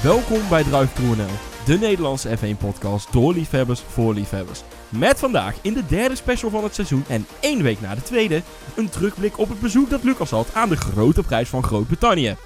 Welkom bij Drive.nl, de Nederlandse F1-podcast door liefhebbers voor liefhebbers. Met vandaag in de derde special van het seizoen en 1 week na de tweede, een terugblik op het bezoek dat Lucas had aan de grote prijs van Groot-Brittannië.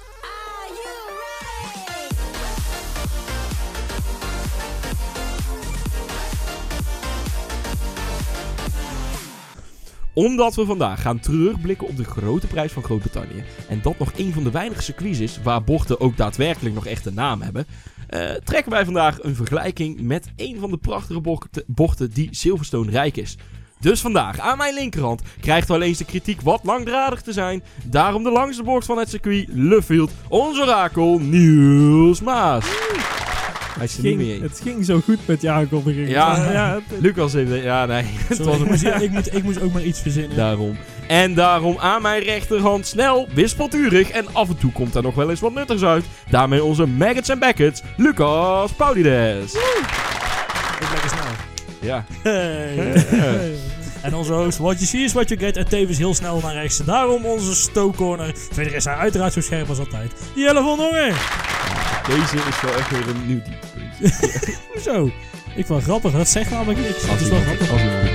Omdat we vandaag gaan terugblikken op de grote prijs van Groot-Brittannië en dat nog een van de weinige circuits is waar bochten ook daadwerkelijk nog echt een naam hebben, trekken wij vandaag een vergelijking met een van de prachtige bochten die Silverstone rijk is. Dus vandaag aan mijn linkerhand krijgt wel eens de kritiek wat langdradig te zijn. Daarom de langste bocht van het circuit, Luffield, ons orakel Niels Maas. Hij is er niet mee. Het ging zo goed met je aankondiging. Lucas heeft... Ja, nee. Ik moest ook maar iets verzinnen. Daarom aan mijn rechterhand snel, wispelturig en af en toe komt er nog wel eens wat nuttigs uit. Daarmee onze Maggots en Beckets, Lucas Paulides. Ik lekker snel. Ja. Hey. En onze host, what you see is what you get. En tevens heel snel naar rechts. Daarom onze stookcorner. Verder is hij uiteraard zo scherp als altijd. Jelle van Dongen. Deze is wel echt weer een nieuw dieptepunt. Hoezo? Ik vind het grappig. Dat zegt namelijk niks. Het is wel grappig.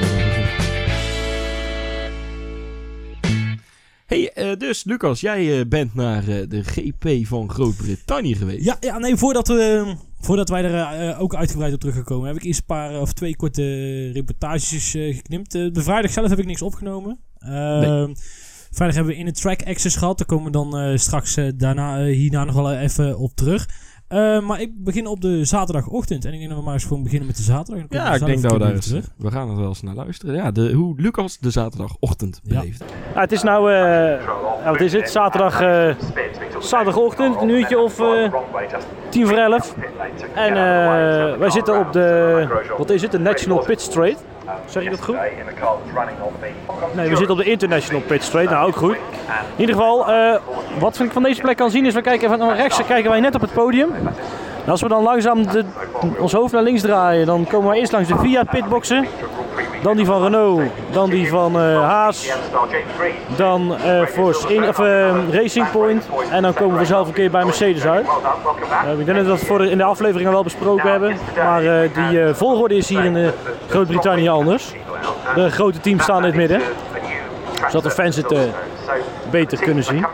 Hey, dus Lucas, jij bent naar de GP van Groot-Brittannië geweest. Ja, nee, voordat wij er ook uitgebreid op teruggekomen, heb ik eerst een paar of 2 korte reportages geknipt. De vrijdag zelf heb ik niks opgenomen. Vrijdag hebben we in de track access gehad. Daar komen we dan straks hierna nog wel even op terug. Maar ik begin op de zaterdagochtend. En ik denk dat we maar eens gewoon beginnen met de zaterdag. Ja, ik denk dat we daar eens... We gaan er wel eens naar luisteren. Ja, hoe Lucas de zaterdagochtend beleeft. Ja, het is nou... wat is het? Zaterdagochtend, een uurtje of 11:10. En wij zitten op de... Wat is het? De National Pit Straight. Zeg ik dat goed? Nee, we zitten op de International Pit Straight. Nou, ook goed. In ieder geval, wat ik van deze plek kan zien is, we kijken van rechts, kijken wij net op het podium. En als we dan langzaam ons hoofd naar links draaien, dan komen we eerst langs de Fiat pitboxen. Dan die van Renault, dan die van Haas, dan Racing Point en dan komen we zelf een keer bij Mercedes uit. Ik denk dat we dat in de aflevering al wel besproken hebben, maar die volgorde is hier in Groot-Brittannië anders. De grote teams staan in het midden, zodat de fans het beter kunnen zien.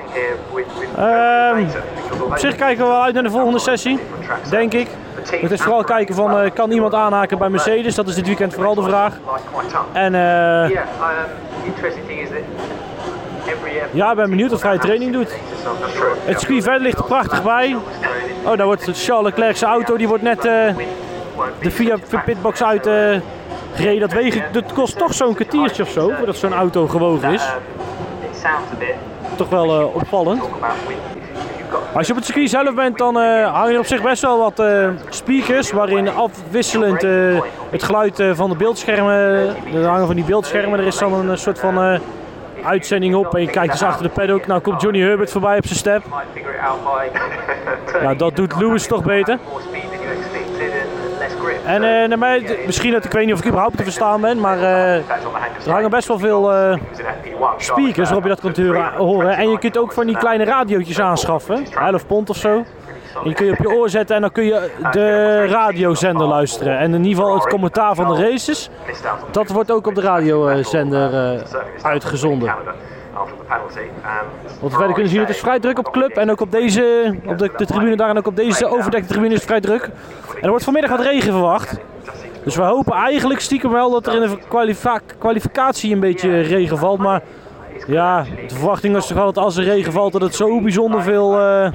Op zich kijken we wel uit naar de volgende sessie, denk ik. Het is vooral kijken van, kan iemand aanhaken bij Mercedes? Dat is dit weekend vooral de vraag. En ik ben benieuwd of hij training doet. Het circuit verder ligt er prachtig bij. Oh, daar wordt Charles Leclerc's auto, die wordt net de Fiat pitbox uit gereden. Dat kost toch zo'n kwartiertje of zo, voordat zo'n auto gewogen is. Toch wel opvallend. Als je op het circuit zelf bent, dan hangen er op zich best wel wat speakers, waarin afwisselend het geluid van de beeldschermen, er hangen van die beeldschermen, er is dan een soort van uitzending op en je kijkt dus achter de paddock. Nou komt Johnny Herbert voorbij op zijn step. Nou, dat doet Lewis toch beter. En naar mij, misschien dat ik weet niet of ik überhaupt te verstaan ben, maar er hangen best wel veel speakers waarop je dat kunt horen. En je kunt ook van die kleine radiootjes aanschaffen, 11 pond of zo. En die kun je op je oor zetten en dan kun je de radiozender luisteren. En in ieder geval het commentaar van de races, dat wordt ook op de radiozender uitgezonden. Wat we verder kunnen zien, het is vrij druk op club en ook op deze, op de tribune daar en ook op deze overdekte tribune is het vrij druk. En er wordt vanmiddag wat regen verwacht. Dus we hopen eigenlijk stiekem wel dat er in de kwalificatie een beetje regen valt. Maar ja, de verwachting was toch wel dat als er regen valt dat het zo bijzonder veel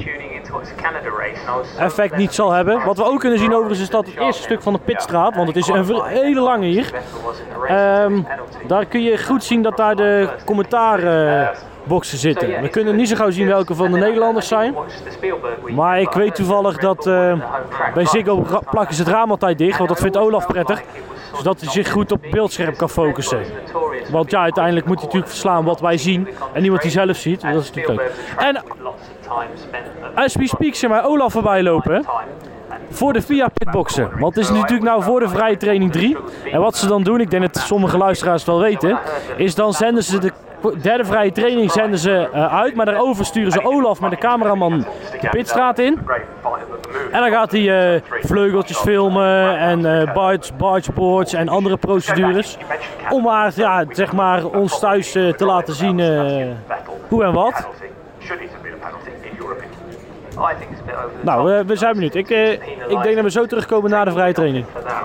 effect niet zal hebben. Wat we ook kunnen zien overigens is dat het eerste stuk van de pitstraat, want het is een hele lange hier. Daar kun je goed zien dat daar de commentaarboxen zitten. We kunnen niet zo gauw zien welke van de Nederlanders zijn. Maar ik weet toevallig dat bij Ziggo plakken ze het raam altijd dicht, want dat vindt Olaf prettig. Zodat hij zich goed op het beeldscherm kan focussen. Want ja, uiteindelijk moet hij natuurlijk verslaan wat wij zien en niet wat hij zelf ziet. Dat is natuurlijk leuk. En as we speak zien wij Olaf voorbij lopen voor de Fiat pitboxen. Want het is natuurlijk nou voor de vrije training 3. En wat ze dan doen, ik denk dat sommige luisteraars het wel weten, is dan zenden ze de derde vrije training zenden ze uit, maar daarover sturen ze Olaf met de cameraman de pitstraat in. En dan gaat hij vleugeltjes filmen en bargeboards en andere procedures. Om maar, ja, zeg maar ons thuis te laten zien hoe en wat. Nou, we zijn benieuwd. Ik denk dat we zo terugkomen na de vrije training.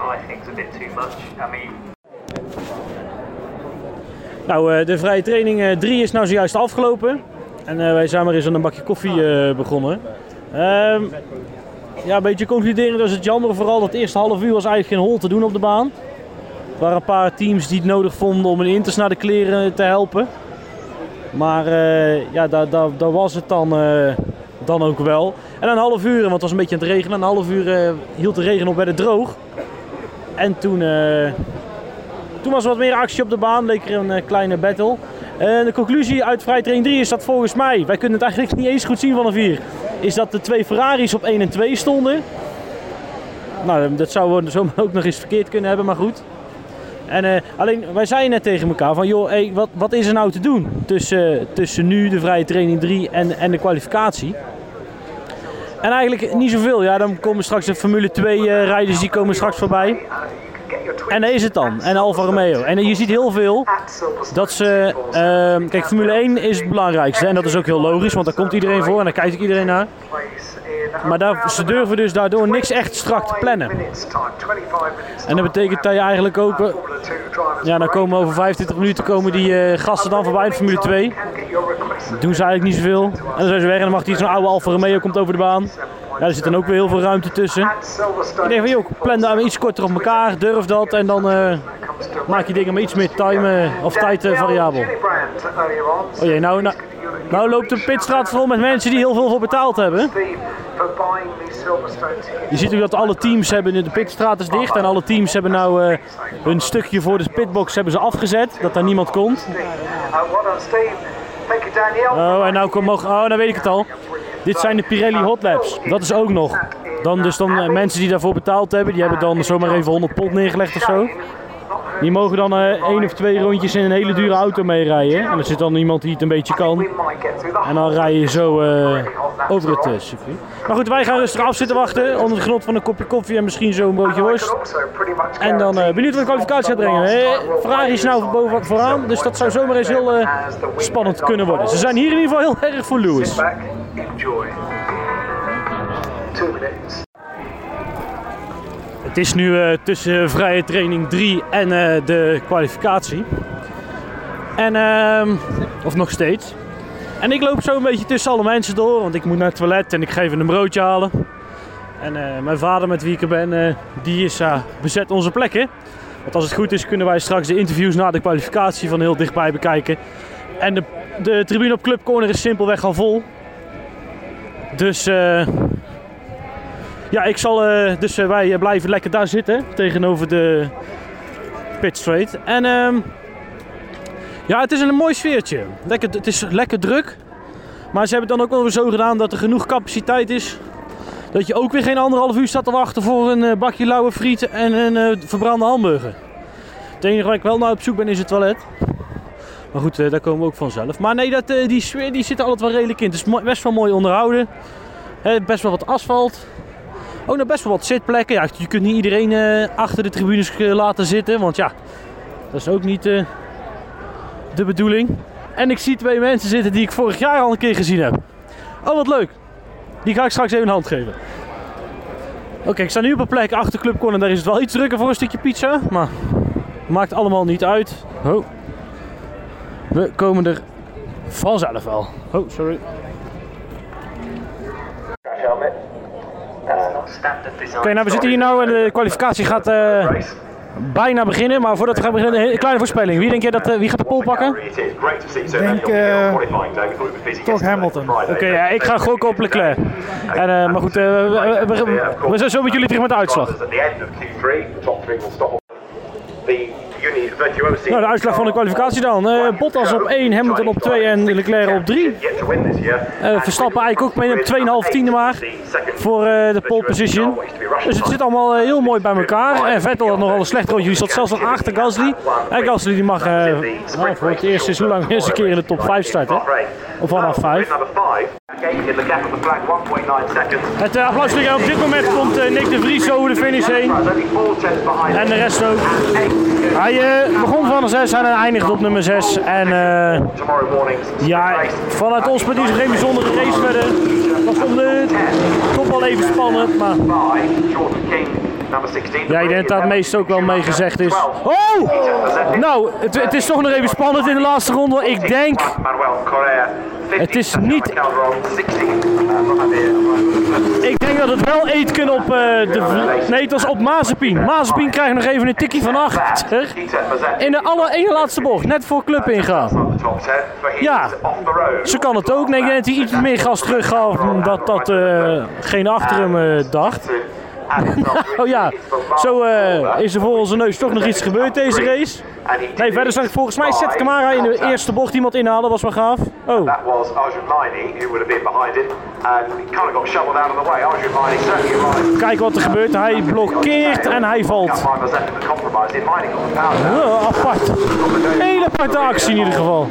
Nou, de vrije training 3 is nou zojuist afgelopen. En wij zijn maar eens aan een bakje koffie begonnen. Ja, een beetje concluderen, dat is het jammer. Vooral dat het eerste half uur was eigenlijk geen hol te doen op de baan. Er waren een paar teams die het nodig vonden om een inters naar de kleren te helpen. Maar ja, daar was het dan ook wel. En een half uur, want het was een beetje aan het regenen. Een half uur hield de regen op, werd het droog. En toen was er wat meer actie op de baan, leek er een kleine battle. De conclusie uit vrije training 3 is dat volgens mij, wij kunnen het eigenlijk niet eens goed zien vanaf hier, is dat de 2 Ferraris op 1 en 2 stonden. Nou, dat zou ook nog eens verkeerd kunnen hebben, maar goed. En alleen, wij zeiden net tegen elkaar van, joh, hey, wat is er nou te doen tussen nu de vrije training 3 en de kwalificatie? En eigenlijk niet zoveel. Ja, dan komen straks de Formule 2 rijders, die komen straks voorbij. En daar is het dan. En Alfa Romeo. En je ziet heel veel dat ze... kijk, Formule 1 is het belangrijkste. En dat is ook heel logisch, want daar komt iedereen voor en daar kijkt ook iedereen naar. Maar ze durven dus daardoor niks echt strak te plannen. En dat betekent dat je eigenlijk ook... ja, dan komen over 25 minuten komen die gasten dan voorbij in Formule 2. Dat doen ze eigenlijk niet zoveel. En dan zijn ze weg en dan mag die zo'n oude Alfa Romeo komt over de baan. Ja, er zit dan ook weer heel veel ruimte tussen. Ik denk van, joh, plan daar iets korter op elkaar, durf dat en dan maak je dingen maar iets meer tijd variabel. Oh jee, nou loopt de pitstraat vol met mensen die heel veel voor betaald hebben. Je ziet ook dat alle teams hebben, de pitstraat is dicht en alle teams hebben nou hun stukje voor de pitbox hebben ze afgezet, dat daar niemand komt. Oh, en nou weet ik het al. Dit zijn de Pirelli Hot Laps. Dat is ook nog. Dan mensen die daarvoor betaald hebben, die hebben dan zomaar even 100 pond neergelegd of zo. Die mogen dan 1 of 2 rondjes in een hele dure auto meerijden. En er zit dan iemand die het een beetje kan. En dan rij je zo over het circuit. Maar goed, wij gaan rustig af zitten wachten. Onder het genot van een kopje koffie en misschien zo een broodje worst. En dan benieuwd wat de kwalificatie gaat brengen. Ferrari is nou vooraan, dus dat zou zomaar eens heel spannend kunnen worden. Ze zijn hier in ieder geval heel erg voor Lewis. Het is nu tussen vrije training 3 en de kwalificatie. En, of nog steeds. En ik loop zo een beetje tussen alle mensen door, want ik moet naar het toilet en ik ga even een broodje halen. En mijn vader met wie ik er ben, die is bezet onze plekken. Want als het goed is kunnen wij straks de interviews na de kwalificatie van heel dichtbij bekijken. En de tribune op Club Corner is simpelweg al vol. Dus... ja, wij blijven lekker daar zitten, tegenover de pitstraight. En ja, het is een mooi sfeertje. Het is lekker druk. Maar ze hebben het dan ook wel weer zo gedaan dat er genoeg capaciteit is. Dat je ook weer geen 1,5 uur staat te wachten voor een bakje lauwe friet en een verbrande hamburger. Het enige waar ik wel naar op zoek ben is het toilet. Maar goed, daar komen we ook vanzelf. Maar nee, die sfeer die zit er altijd wel redelijk in. Het is best wel mooi onderhouden. Best wel wat asfalt. Ook nog best wel wat zitplekken. Ja, je kunt niet iedereen achter de tribunes laten zitten, want ja, dat is ook niet de bedoeling. En ik zie 2 mensen zitten die ik vorig jaar al een keer gezien heb. Oh, wat leuk. Die ga ik straks even een hand geven. Oké, ik sta nu op een plek achter Club Corner. Daar is het wel iets drukker voor een stukje pizza, maar maakt allemaal niet uit. Oh. We komen er vanzelf wel. Oh, sorry. Oké, nou we zitten hier nou en de kwalificatie gaat bijna beginnen, maar voordat we gaan beginnen, een kleine voorspelling. Wie denk je wie gaat de pole pakken? Ik denk toch Hamilton. Oké, ja, ik ga gokken op Leclerc. En, maar goed, we zijn zo met jullie terug met de uitslag. Nou, de uitslag van de kwalificatie dan. Bottas op 1, Hamilton op 2 en Leclerc op 3. Verstappen eigenlijk ook met een 2,5 tiende maar voor de pole position. Dus het zit allemaal heel mooi bij elkaar. En Vettel had nogal een slecht rondje, die zat zelfs nog achter Gasly. En Gasly die mag voor het eerst is hoe lang eens een keer in de top 5 starten. Of vanaf 5. Het applausje op dit moment komt Nick de Vries over de finish heen. En de rest ook. Hij begon van de 6 en hij eindigt op nummer 6. En ja, vanuit ons met geen bijzondere race verder. Dat vond toch wel even spannend, maar... Ja, ik denk dat het meest ook wel mee gezegd is. Oh! Nou, het is toch nog even spannend in de laatste ronde. Ik denk... Het is niet... Ik denk dat het wel Aitken op de... Nee, het was op Mazepin. Mazepin krijgt nog even een tikkie van achter. In de ene laatste bocht, net voor club ingaan. Ja, zo kan het ook. Nee, ik denk dat hij iets meer gas terug gaf dat geen achter hem dacht. Oh ja, zo is er voor onze neus toch nog iets gebeurd deze race. Nee, verder zag ik volgens mij Seth Kamara in de eerste bocht iemand inhalen, was wel gaaf. Oh. Kijk wat er gebeurt, hij blokkeert en hij valt. Apart. Hele aparte actie in ieder geval.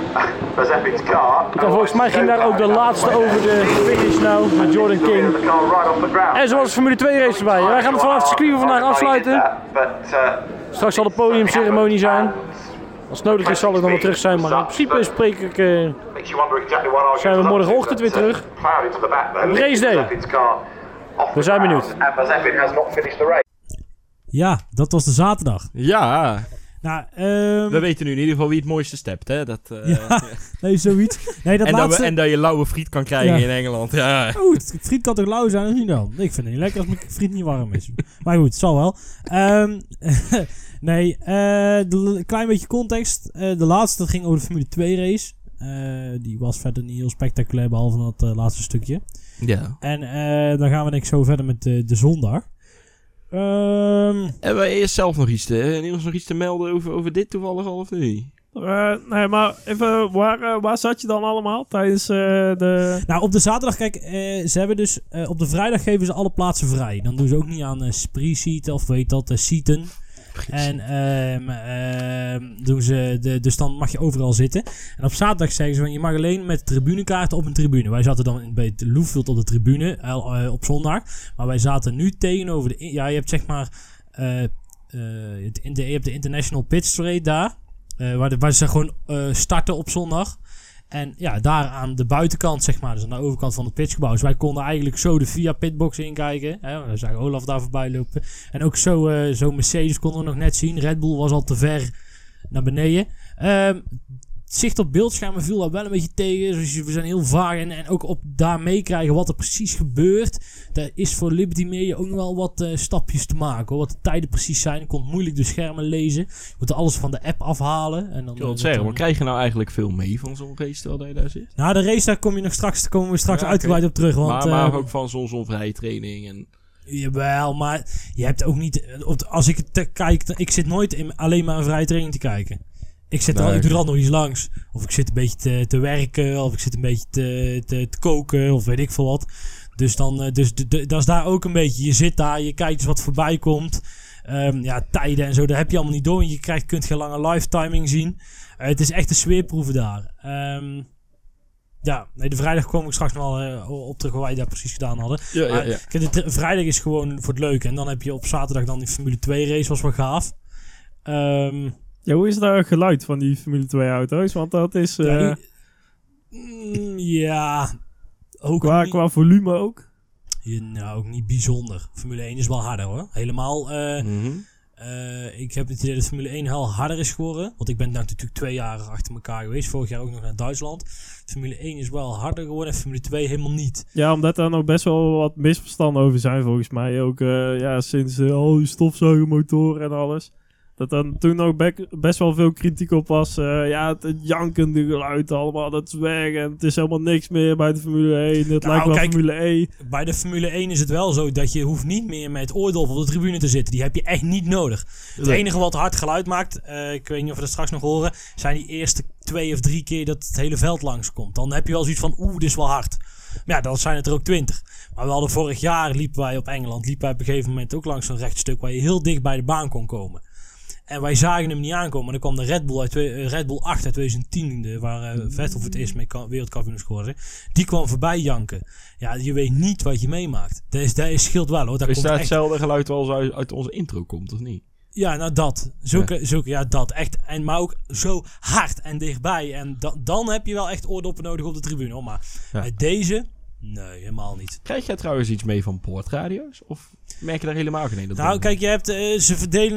En volgens mij ging daar ook de laatste over de finish nou met Jordan King. En zoals de Formule 2 race erbij. Wij gaan het vanaf het circuit vandaag afsluiten. Straks zal de podiumceremonie zijn. Als het nodig is zal ik dan wel terug zijn, maar in principe zijn we morgenochtend weer terug. Race day. We zijn benieuwd. Ja, dat was de zaterdag. Ja. Nou, we weten nu in ieder geval wie het mooiste stept, hè? Nee, zoiets. Nee, dat en dat je lauwe friet kan krijgen in Engeland. Ja. Goed, friet kan toch lauw zijn of niet dan? Ik vind het niet lekker als mijn friet niet warm is. Maar goed, het zal wel. Een klein beetje context. De laatste ging over de Formule 2 race. Die was verder niet heel spectaculair, behalve dat laatste stukje. Ja. En dan gaan we denk ik zo verder met de zondag. Hebben wij eerst zelf nog iets te melden over dit toevallig al of niet? Nee, maar even, waar zat je dan allemaal tijdens de... Nou, op de zaterdag, kijk, ze hebben dus... op de vrijdag geven ze alle plaatsen vrij. Dan doen ze ook niet aan pre-seaten of weet dat, seaten. En doen ze dus dan mag je overal zitten. En op zaterdag zeggen ze van je mag alleen met tribunekaarten op een tribune. Wij zaten dan bij het Loefveld op de tribune op zondag. Maar wij zaten nu tegenover de... Ja, je hebt zeg maar... je hebt de International Pit Straight daar. Waar ze gewoon starten op zondag. En ja, daar aan de buitenkant, zeg maar, dus aan de overkant van het pitchgebouw. Dus wij konden eigenlijk zo de Via Pitbox inkijken. We zagen Olaf daar voorbij lopen. En ook zo Mercedes konden we nog net zien. Red Bull was al te ver naar beneden. Zicht op beeldschermen viel daar wel een beetje tegen. Dus we zijn heel vaag en ook op daar meekrijgen wat er precies gebeurt. Daar is voor Liberty Media ook nog wel wat stapjes te maken. Hoor. Wat de tijden precies zijn. Je kon moeilijk de schermen lezen. Je moet alles van de app afhalen. En dan, ik wil het zeggen, maar krijg je nou eigenlijk veel mee van zo'n race terwijl je daar zit? Nou, de race daar komen we straks uitgebreid op terug. Want, maar ook van zo'n vrije training en... Jawel, maar je hebt ook niet... Als ik kijk, ik zit nooit alleen maar een vrije training te kijken. Ik doe er al nog iets langs. Of ik zit een beetje te werken. Of ik zit een beetje te koken. Of weet ik veel wat. Dus dat is daar ook een beetje. Je zit daar. Je kijkt eens wat voorbij komt. Tijden en zo. Dat heb je allemaal niet door. Je kunt geen lange live timing zien. Het is echt een sfeerproeven daar. De vrijdag kom ik straks nog wel op terug wat wij daar precies gedaan hadden. Ja. Vrijdag is gewoon voor het leuke. En dan heb je op zaterdag dan die Formule 2 race. Was wel gaaf. Ja, hoe is daar het geluid van die Formule 2 auto's? Want dat is... ook qua volume ook? Ook niet bijzonder. Formule 1 is wel harder hoor. Helemaal... ik heb het idee dat Formule 1 heel harder is geworden. Want ik ben natuurlijk 2 jaar achter elkaar geweest. Vorig jaar ook nog naar Duitsland. Formule 1 is wel harder geworden en Formule 2 helemaal niet. Ja, omdat er nog best wel wat misverstanden over zijn volgens mij. Ook sinds die stofzuigermotoren en alles. Dat dan toen nog best wel veel kritiek op was. Het jankende geluid allemaal, dat is weg. En het is helemaal niks meer bij de Formule 1. Het lijkt wel Formule 1. Bij de Formule 1 is het wel zo dat je hoeft niet meer met oordolf op de tribune te zitten. Die heb je echt niet nodig. Het enige wat hard geluid maakt, ik weet niet of we dat straks nog horen, zijn die eerste 2 of 3 keer dat het hele veld langskomt. Dan heb je wel zoiets van, dit is wel hard. Maar ja, dan zijn het er ook 20. Maar we hadden vorig jaar, liepen wij op een gegeven moment ook langs zo'n rechtstuk waar je heel dicht bij de baan kon komen. En wij zagen hem niet aankomen. En dan kwam de Red Bull 8 uit 2010, waar Vettel voor het eerst mee wereldkampioen is geworden. Die kwam voorbij janken. Ja, je weet niet wat je meemaakt. Dat scheelt wel hoor. Is dat hetzelfde geluid wel uit onze intro komt, of niet? Ja, nou dat. Dat. Echt. Maar ook zo hard en dichtbij. En dan heb je wel echt oordoppen nodig op de tribune. Hoor. Maar met deze... Nee, helemaal niet. Krijg jij trouwens iets mee van poortradio's? Of merk je daar helemaal geen? Nou, kijk, je hebt, ze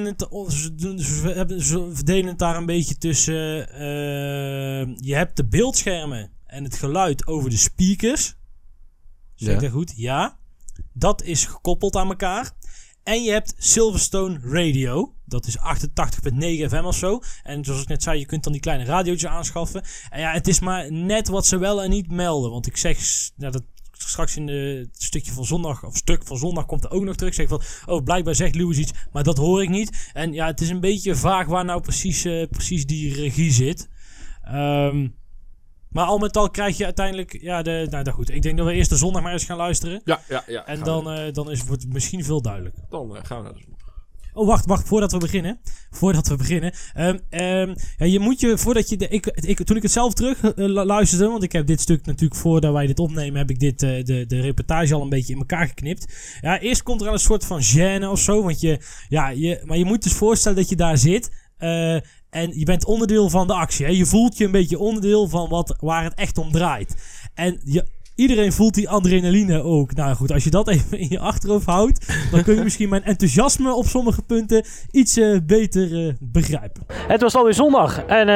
verdelen het daar een beetje tussen... je hebt de beeldschermen en het geluid over de speakers. Zeg ik dat goed? Ja. Dat is gekoppeld aan elkaar. En je hebt Silverstone Radio. Dat is 88.9 FM of zo. En zoals ik net zei, je kunt dan die kleine radiootjes aanschaffen. En ja, het is maar net wat ze wel en niet melden. Want ik zeg... dat straks in het stuk van zondag komt er ook nog terug. Zeg van, blijkbaar zegt Lewis iets, maar dat hoor ik niet. En ja, het is een beetje vaag waar nou precies die regie zit. Maar al met al krijg je uiteindelijk... goed. Ik denk dat we eerst de zondag maar eens gaan luisteren. Ja. En dan wordt het misschien veel duidelijker. Dan gaan we naar de zondag. Oh, wacht, voordat we beginnen. Je moet je, voordat je... Toen ik het zelf terug luisterde, want ik heb dit stuk natuurlijk voordat wij dit opnemen, heb ik de reportage al een beetje in elkaar geknipt. Ja, eerst komt er al een soort van gêne of zo, want maar je moet dus voorstellen dat je daar zit, en je bent onderdeel van de actie. Hè? Je voelt je een beetje onderdeel van waar het echt om draait. En iedereen voelt die adrenaline ook. Nou goed, als je dat even in je achterhoofd houdt, dan kun je misschien mijn enthousiasme op sommige punten iets beter begrijpen. Het was alweer zondag en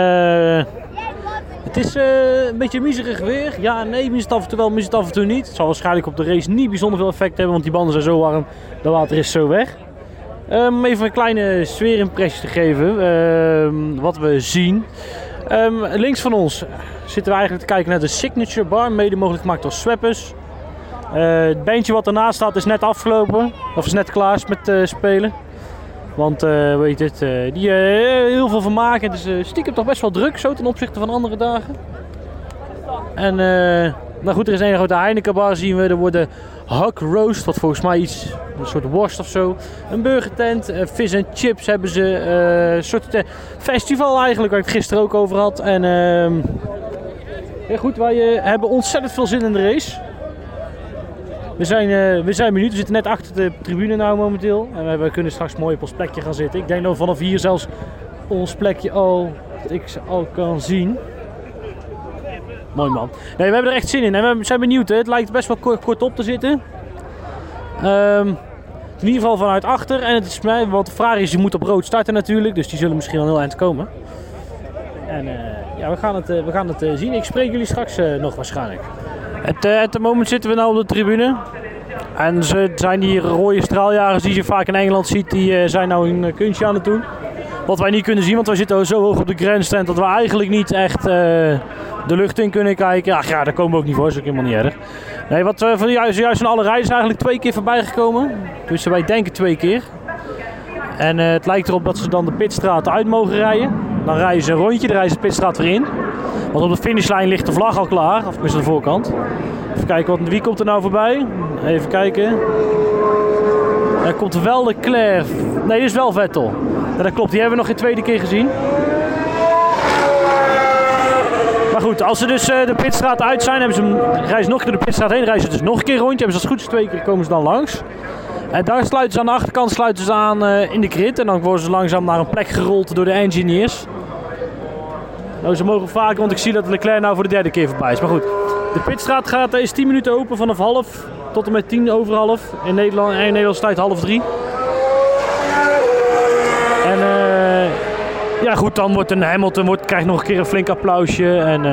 het is een beetje miserig weer. Ja, nee, mis het af en toe wel, mis het af en toe niet. Het zal waarschijnlijk op de race niet bijzonder veel effect hebben, want die banden zijn zo warm, de water is zo weg. Om even een kleine sfeerimpressie te geven, wat we zien. Links van ons zitten we eigenlijk te kijken naar de Signature Bar, mede mogelijk gemaakt door Sweppers. Het bandje wat ernaast staat is net afgelopen, of is net klaar met spelen. Want die heel veel van maken. Het is stiekem toch best wel druk, zo ten opzichte van andere dagen. En nou goed, er is een grote Heineken bar, zien we. Er worden Hug Roast, wat volgens mij een soort worst of zo. Een burgertent, vis en chips hebben ze. Een soort festival eigenlijk, waar ik het gisteren ook over had. En goed, wij hebben ontzettend veel zin in de race. We zijn benieuwd, we zitten net achter de tribune nou momenteel. En we kunnen straks mooi op ons plekje gaan zitten. Ik denk dat we vanaf hier zelfs ons plekje al kan zien. Mooi man. Nee, we hebben er echt zin in en we zijn benieuwd. Hè. Het lijkt best wel kort op te zitten. In ieder geval vanuit achter. En het is mij, want de vraag is, je moet op rood starten natuurlijk. Dus die zullen misschien wel heel eind komen. En we gaan het zien. Ik spreek jullie straks nog waarschijnlijk. At the moment zitten we nu op de tribune. En ze zijn die rode straaljagers die je vaak in Engeland ziet, die zijn nou een kunstje aan het doen. Wat wij niet kunnen zien, want wij zitten zo hoog op de grandstand dat we eigenlijk niet echt de lucht in kunnen kijken. Ach ja, daar komen we ook niet voor, dat is ook helemaal niet erg. Nee, wat juist van alle rijders eigenlijk 2 keer voorbij gekomen. Dus wij denken 2 keer. En het lijkt erop dat ze dan de pitstraat uit mogen rijden. Dan rijden ze een rondje, dan rijden ze de pitstraat weer in. Want op de finishlijn ligt de vlag al klaar, of is aan de voorkant. Even kijken, wie komt er nou voorbij? Even kijken. Er komt wel Leclerc. Nee, dit is wel Vettel. Ja, dat klopt, die hebben we nog geen tweede keer gezien. Maar goed, als ze dus de pitstraat uit zijn, rijden ze nog door de pitstraat heen, rijden ze dus nog een keer rondje. Hebben ze als goed is 2 keer, komen ze dan langs. En daar sluiten ze aan de achterkant aan in de grid. En dan worden ze langzaam naar een plek gerold door de engineers. Nou, ze mogen vaker, want ik zie dat Leclerc nou voor de 3e keer voorbij is. Maar goed, de pitstraat is 10 minuten open vanaf half tot en met 10 over half. In Nederlandse tijd 2:30. En ja goed, dan wordt een Hamilton krijgt nog een keer een flink applausje.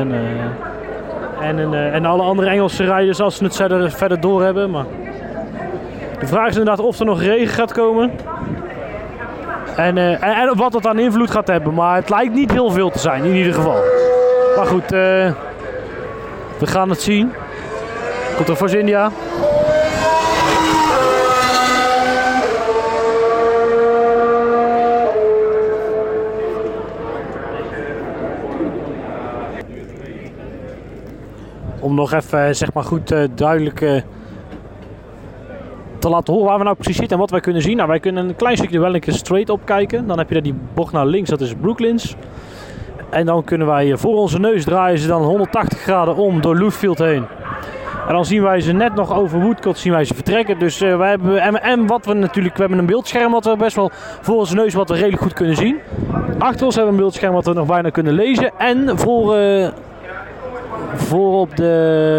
En alle andere Engelse rijders als ze het verder door hebben. Maar de vraag is inderdaad of er nog regen gaat komen. En wat dat aan invloed gaat hebben. Maar het lijkt niet heel veel te zijn in ieder geval. Maar goed, we gaan het zien. Komt er Force India. Om nog even zeg maar goed duidelijk te laten horen waar we nou precies zitten en wat wij kunnen zien. Nou, wij kunnen een klein stukje de Wellington Straight opkijken. Dan heb je daar die bocht naar links, dat is Brooklands. En dan kunnen wij voor onze neus draaien ze dan 180 graden om door Loofield heen. En dan zien wij ze net nog over Woodcote zien wij ze vertrekken. Dus wij hebben, en wat we natuurlijk, we hebben een beeldscherm wat we best wel voor onze neus wat we redelijk goed kunnen zien. Achter ons hebben we een beeldscherm wat we nog bijna kunnen lezen. En voor op de...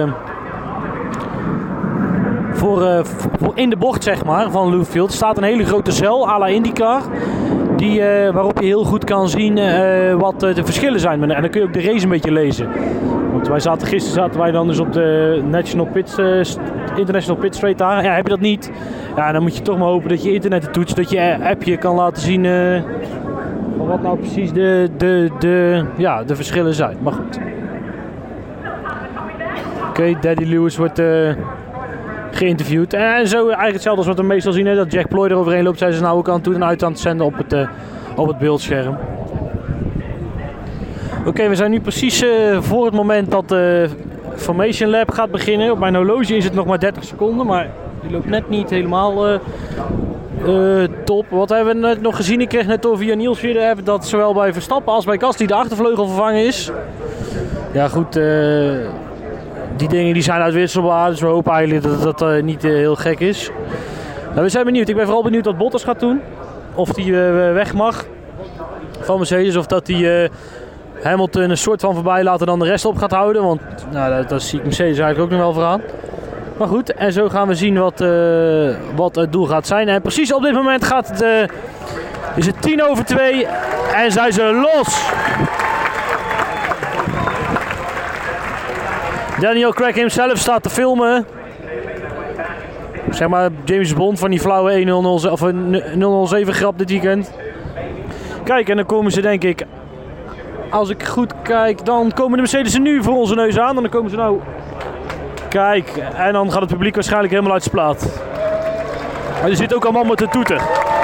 Voor in de bocht zeg maar, van Loofield staat een hele grote cel à la IndyCar. Waarop je heel goed kan zien wat de verschillen zijn. En dan kun je ook de race een beetje lezen. Want gisteren zaten wij dan dus op de International Pit Straight daar. Ja, heb je dat niet? Ja, dan moet je toch maar hopen dat je internet toetst. Dat je appje kan laten zien wat nou precies de verschillen zijn. Maar goed. Oké, Daddy Lewis wordt geïnterviewd. En zo eigenlijk hetzelfde als wat we meestal zien. Hè, dat Jack Ploy er overheen loopt. Zijn ze nou ook aan het doen en uit aan het zenden op het beeldscherm. Oké, we zijn nu precies voor het moment dat de Formation Lap gaat beginnen. Op mijn horloge is het nog maar 30 seconden. Maar die loopt net niet helemaal top. Wat hebben we net nog gezien? Ik kreeg net door via Niels weer dat zowel bij Verstappen als bij Gasly de achtervleugel vervangen is. Ja goed, die dingen die zijn uitwisselbaar. Dus we hopen eigenlijk dat dat niet heel gek is. Nou, we zijn benieuwd. Ik ben vooral benieuwd wat Bottas gaat doen. Of hij weg mag van Mercedes. Of dat hij Hamilton een soort van voorbij laten en dan de rest op gaat houden. Want nou, dat zie ik Mercedes eigenlijk ook nog wel vooraan. Maar goed, en zo gaan we zien wat het doel gaat zijn. En precies op dit moment is het 2:10 en zijn ze los. Daniel Craig hemzelf staat te filmen. Zeg maar James Bond van die flauwe 007 grap dit weekend. Kijk, en dan komen ze denk ik, als ik goed kijk, dan komen de Mercedes nu voor onze neus aan. En dan komen ze nou, kijk, en dan gaat het publiek waarschijnlijk helemaal uit zijn plaat. Maar je zit ook allemaal met de toeter.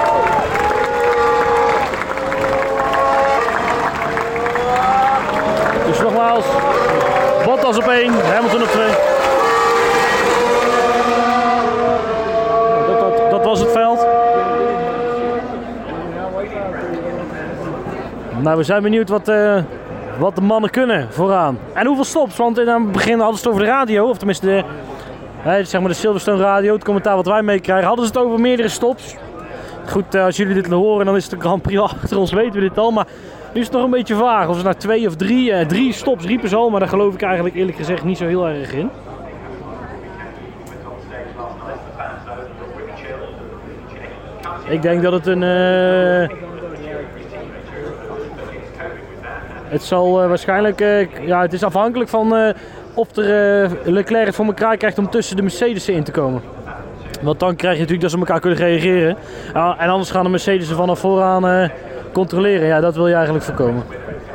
Dus nogmaals, Bottas op 1, Hamilton op 2. Dat was het veld. Nou, we zijn benieuwd wat de mannen kunnen vooraan. En hoeveel stops, want in het begin hadden ze het over de radio, of tenminste zeg maar de Silverstone radio, het commentaar wat wij meekrijgen, hadden ze het over meerdere stops. Goed, als jullie dit horen, dan is het de Grand Prix achter ons, weten we dit al, maar nu is het nog een beetje vaag. Of ze nou 2 of 3 stops riepen ze al, maar daar geloof ik eigenlijk eerlijk gezegd niet zo heel erg in. Ik denk dat het het zal waarschijnlijk, het is afhankelijk van of Leclerc het voor elkaar krijgt om tussen de Mercedes in te komen. Want dan krijg je natuurlijk dat ze elkaar kunnen reageren. En anders gaan de Mercedes er vanaf vooraan controleren. Ja, dat wil je eigenlijk voorkomen.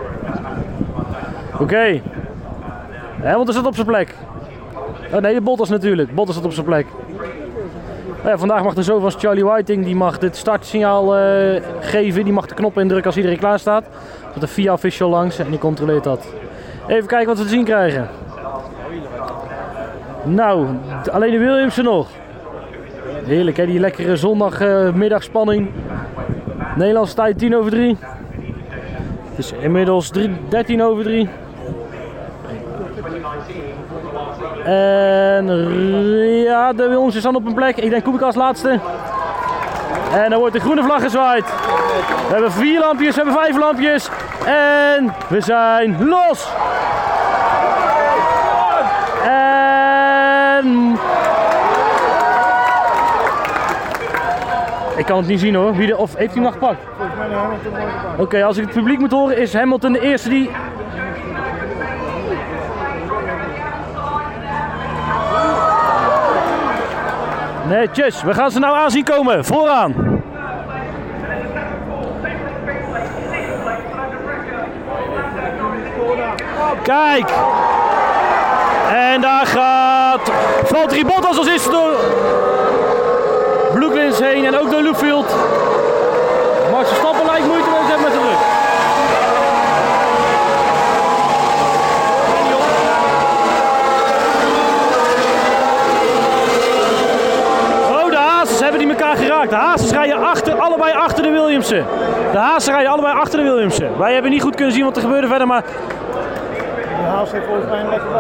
Oké. Hamilton zit op zijn plek. Oh nee, de Bottas natuurlijk. Bottas zit op zijn plek. Ja, vandaag mag de zoon van Charlie Whiting, die mag dit startsignaal geven. Die mag de knop indrukken als iedereen klaar staat. Er komt een FIA official langs en die controleert dat. Even kijken wat we te zien krijgen. Nou, alleen de Williamsen nog. Heerlijk hè, die lekkere zondagmiddagspanning. Nederlandse tijd 2:10. Het is inmiddels 3:13. En ja, de Williamsen staan op een plek. Ik denk Kubica als laatste. En dan wordt de groene vlag gezwaaid. We hebben 4 lampjes, we hebben 5 lampjes. En we zijn los. En ik kan het niet zien hoor. Of heeft hij nog gepakt? Oké, als ik het publiek moet horen, is Hamilton de eerste die... Netjes, we gaan ze nou aanzien komen. Vooraan. Kijk! En daar gaat Valtteri Bottas als eerste door Brooklands heen en ook door Luffield. Max Verstappen lijkt moeite met zijn druk. Oh, de Haas hebben die elkaar geraakt. De Haas rijden allebei achter de Williamsen. De Haas rijden allebei achter de Williamsen. Wij hebben niet goed kunnen zien wat er gebeurde verder, maar... De Haas heeft volgens mij een lekker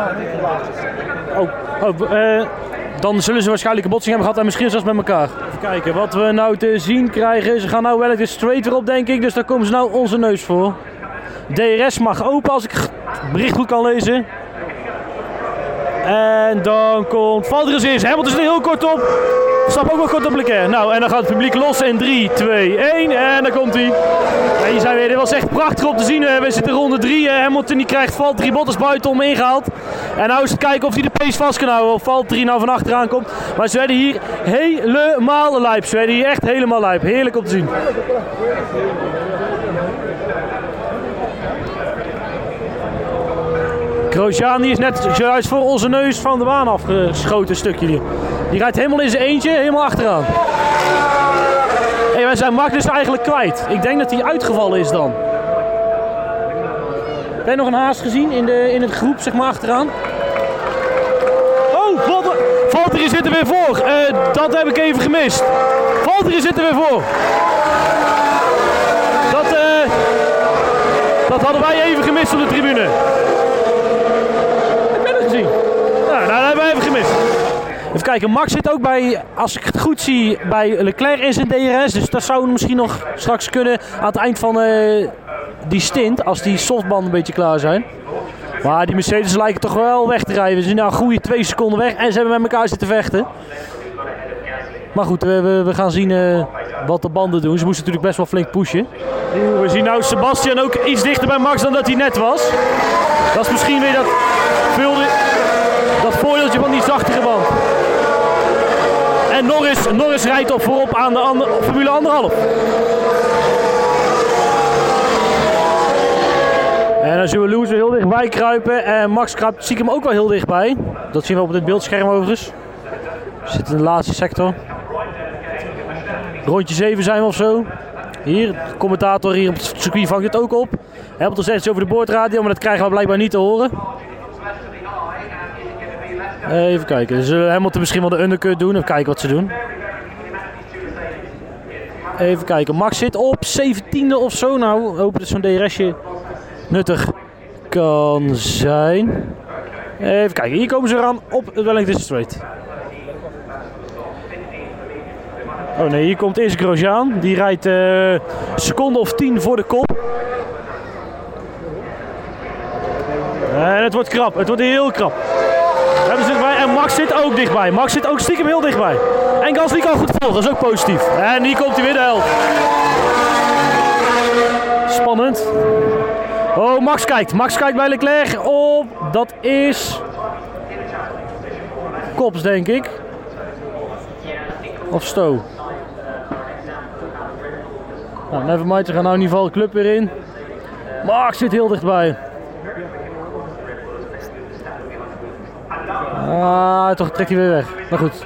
wagen. Dan zullen ze waarschijnlijk een botsing hebben gehad en misschien zelfs met elkaar. Even kijken wat we nou te zien krijgen. Ze gaan nou wel de straight weer op, denk ik. Dus daar komen ze nou onze neus voor. DRS mag open als ik het bericht goed kan lezen. En dan komt Valtteri als eerste. Hamilton is er heel kort op. Stap ook wel kort op Leclerc. Nou, en dan gaat het publiek los in 3, 2, 1. En dan komt hij. En hier zijn we weer. Dit was echt prachtig om te zien. We zitten ronde 3. Hamilton die krijgt Valtteri Bottas buitenom ingehaald. En nou is het kijken of hij de pace vast kan houden. Of Valtteri nou van achteraan komt. Maar ze werden hier helemaal lijp. Ze werden hier echt helemaal lijp. Heerlijk om te zien. Grosjean die is net juist voor onze neus van de baan afgeschoten, een stukje hier. Die rijdt helemaal in zijn eentje, helemaal achteraan. Hey, wij zijn Magnus eigenlijk kwijt. Ik denk dat hij uitgevallen is dan. Heb jij nog een Haas gezien in het groep, zeg maar, achteraan? Oh, Valtteri zit er weer voor. Dat heb ik even gemist. Valtteri zit er weer voor. Dat hadden wij even gemist op de tribune. Nou, dat hebben we even gemist. Even kijken, Max zit ook bij, als ik het goed zie, bij Leclerc in zijn DRS. Dus dat zou misschien nog straks kunnen aan het eind van die stint, als die softbanden een beetje klaar zijn. Maar die Mercedes lijken toch wel weg te rijden. We zijn nou een goede 2 seconden weg en ze hebben met elkaar zitten vechten. Maar goed, we gaan zien wat de banden doen. Ze moesten natuurlijk best wel flink pushen. We zien nou Sebastian ook iets dichter bij Max dan dat hij net was. Dat is misschien weer dat voordeeltje van die zachtere band. En Norris rijdt op voorop aan de Formule 1,5. En dan zien we Lewis er heel dichtbij kruipen. En Max kruipt stiekem ook wel heel dichtbij. Dat zien we op dit beeldscherm overigens. We zitten in de laatste sector. Rondje 7 zijn we of zo. Hier, de commentator hier op het circuit vangt het ook op. Hamilton zegt iets over de boordradio, maar dat krijgen we blijkbaar niet te horen. Even kijken, dus Hamilton misschien wel de undercut doen. Even kijken wat ze doen. Even kijken, Max zit op 17e of zo. Nou, we hopen dat zo'n DRS'je nuttig kan zijn. Even kijken, hier komen ze eraan op het Wellington Straight. Oh nee, hier komt eerst Grosjean. Die rijdt een seconde of 10 voor de kop. En het wordt krap, het wordt heel krap. En Max zit ook dichtbij. Max zit ook stiekem heel dichtbij. En Gasly kan goed volgen, dat is ook positief. En hier komt hij weer de helft. Spannend. Oh, Max kijkt bij Leclerc op. Dat is Kops, denk ik. Of Stowe. Nou, nevermind, ze gaan nou in ieder geval de club weer in. Max zit heel dichtbij. Toch trekt hij weer weg. Maar goed.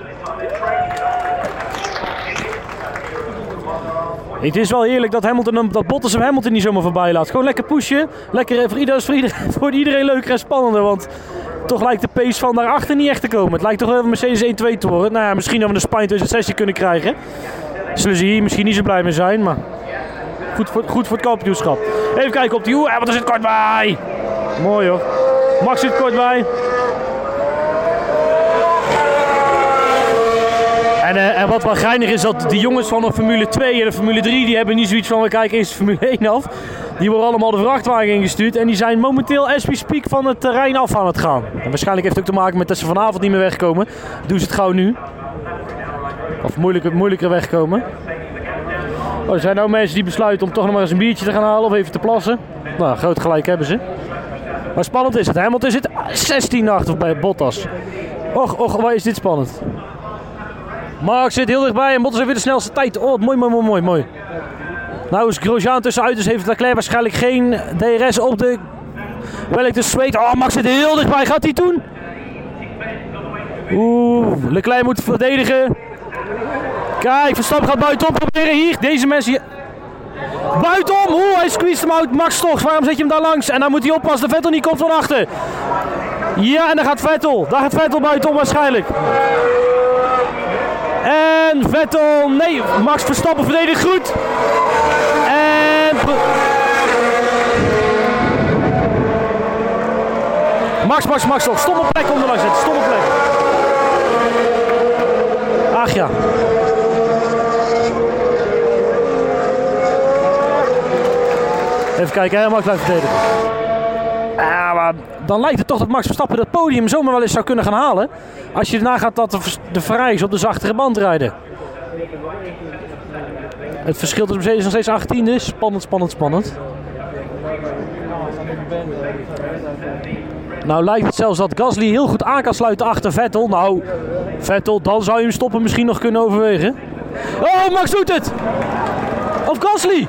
Het is wel heerlijk dat Bottas hem Hamilton niet zomaar voorbij laat. Gewoon lekker pushen. Lekker voor iedereen leuker en spannender. Want toch lijkt de pace van daarachter niet echt te komen. Het lijkt toch wel een Mercedes 1-2 te worden. Nou ja, misschien dat we een Spanje 2016 kunnen krijgen. Zullen ze hier misschien niet zo blij mee zijn. Maar goed voor het kampioenschap. Even kijken op die hoer. Want er zit kort bij. Mooi hoor. Max zit kort bij. En wat wel geinig is, dat die jongens van de Formule 2 en de Formule 3, die hebben niet zoiets van, we kijken eerst de Formule 1 af. Die worden allemaal de vrachtwagen ingestuurd en die zijn momenteel as we speak van het terrein af aan het gaan. En waarschijnlijk heeft het ook te maken met dat ze vanavond niet meer wegkomen. Doen ze het gauw nu. Of moeilijker wegkomen. Oh, er zijn nou mensen die besluiten om toch nog maar eens een biertje te gaan halen of even te plassen. Nou, groot gelijk hebben ze. Maar spannend is het. Hamilton zit 16 achter bij Bottas. Och, waar is dit spannend. Max zit heel dichtbij en Bottas heeft weer de snelste tijd. Oh, mooi. Nou is Grosjean tussenuit, dus heeft Leclerc waarschijnlijk geen DRS op de Wellington Straight. Oh, Max zit heel dichtbij. Gaat hij doen? Leclerc moet verdedigen. Kijk, Verstappen gaat buitenom proberen hier. Deze mensen hier. Buitenom! Hij squeezed hem uit. Max toch. Waarom zet je hem daar langs? En dan moet hij oppassen. Vettel niet komt van achter. Ja, en dan gaat Vettel. Daar gaat Vettel buitenom waarschijnlijk. En Vettel. Nee, Max Verstappen verdedigt goed. En... Max toch. Stomme plek onderlangs zetten. Stomme plek. Ach ja. Even kijken, hè, Max blijft verdedigen. Maar dan lijkt het toch dat Max Verstappen dat podium zomaar wel eens zou kunnen gaan halen. Als je erna gaat dat de Ferraris op de zachtere band rijden. Het verschil tussen Mercedes nog steeds 18 is. Spannend. Nou lijkt het zelfs dat Gasly heel goed aan kan sluiten achter Vettel. Nou, Vettel, dan zou je hem stoppen misschien nog kunnen overwegen. Oh, Max doet het! Of Gasly!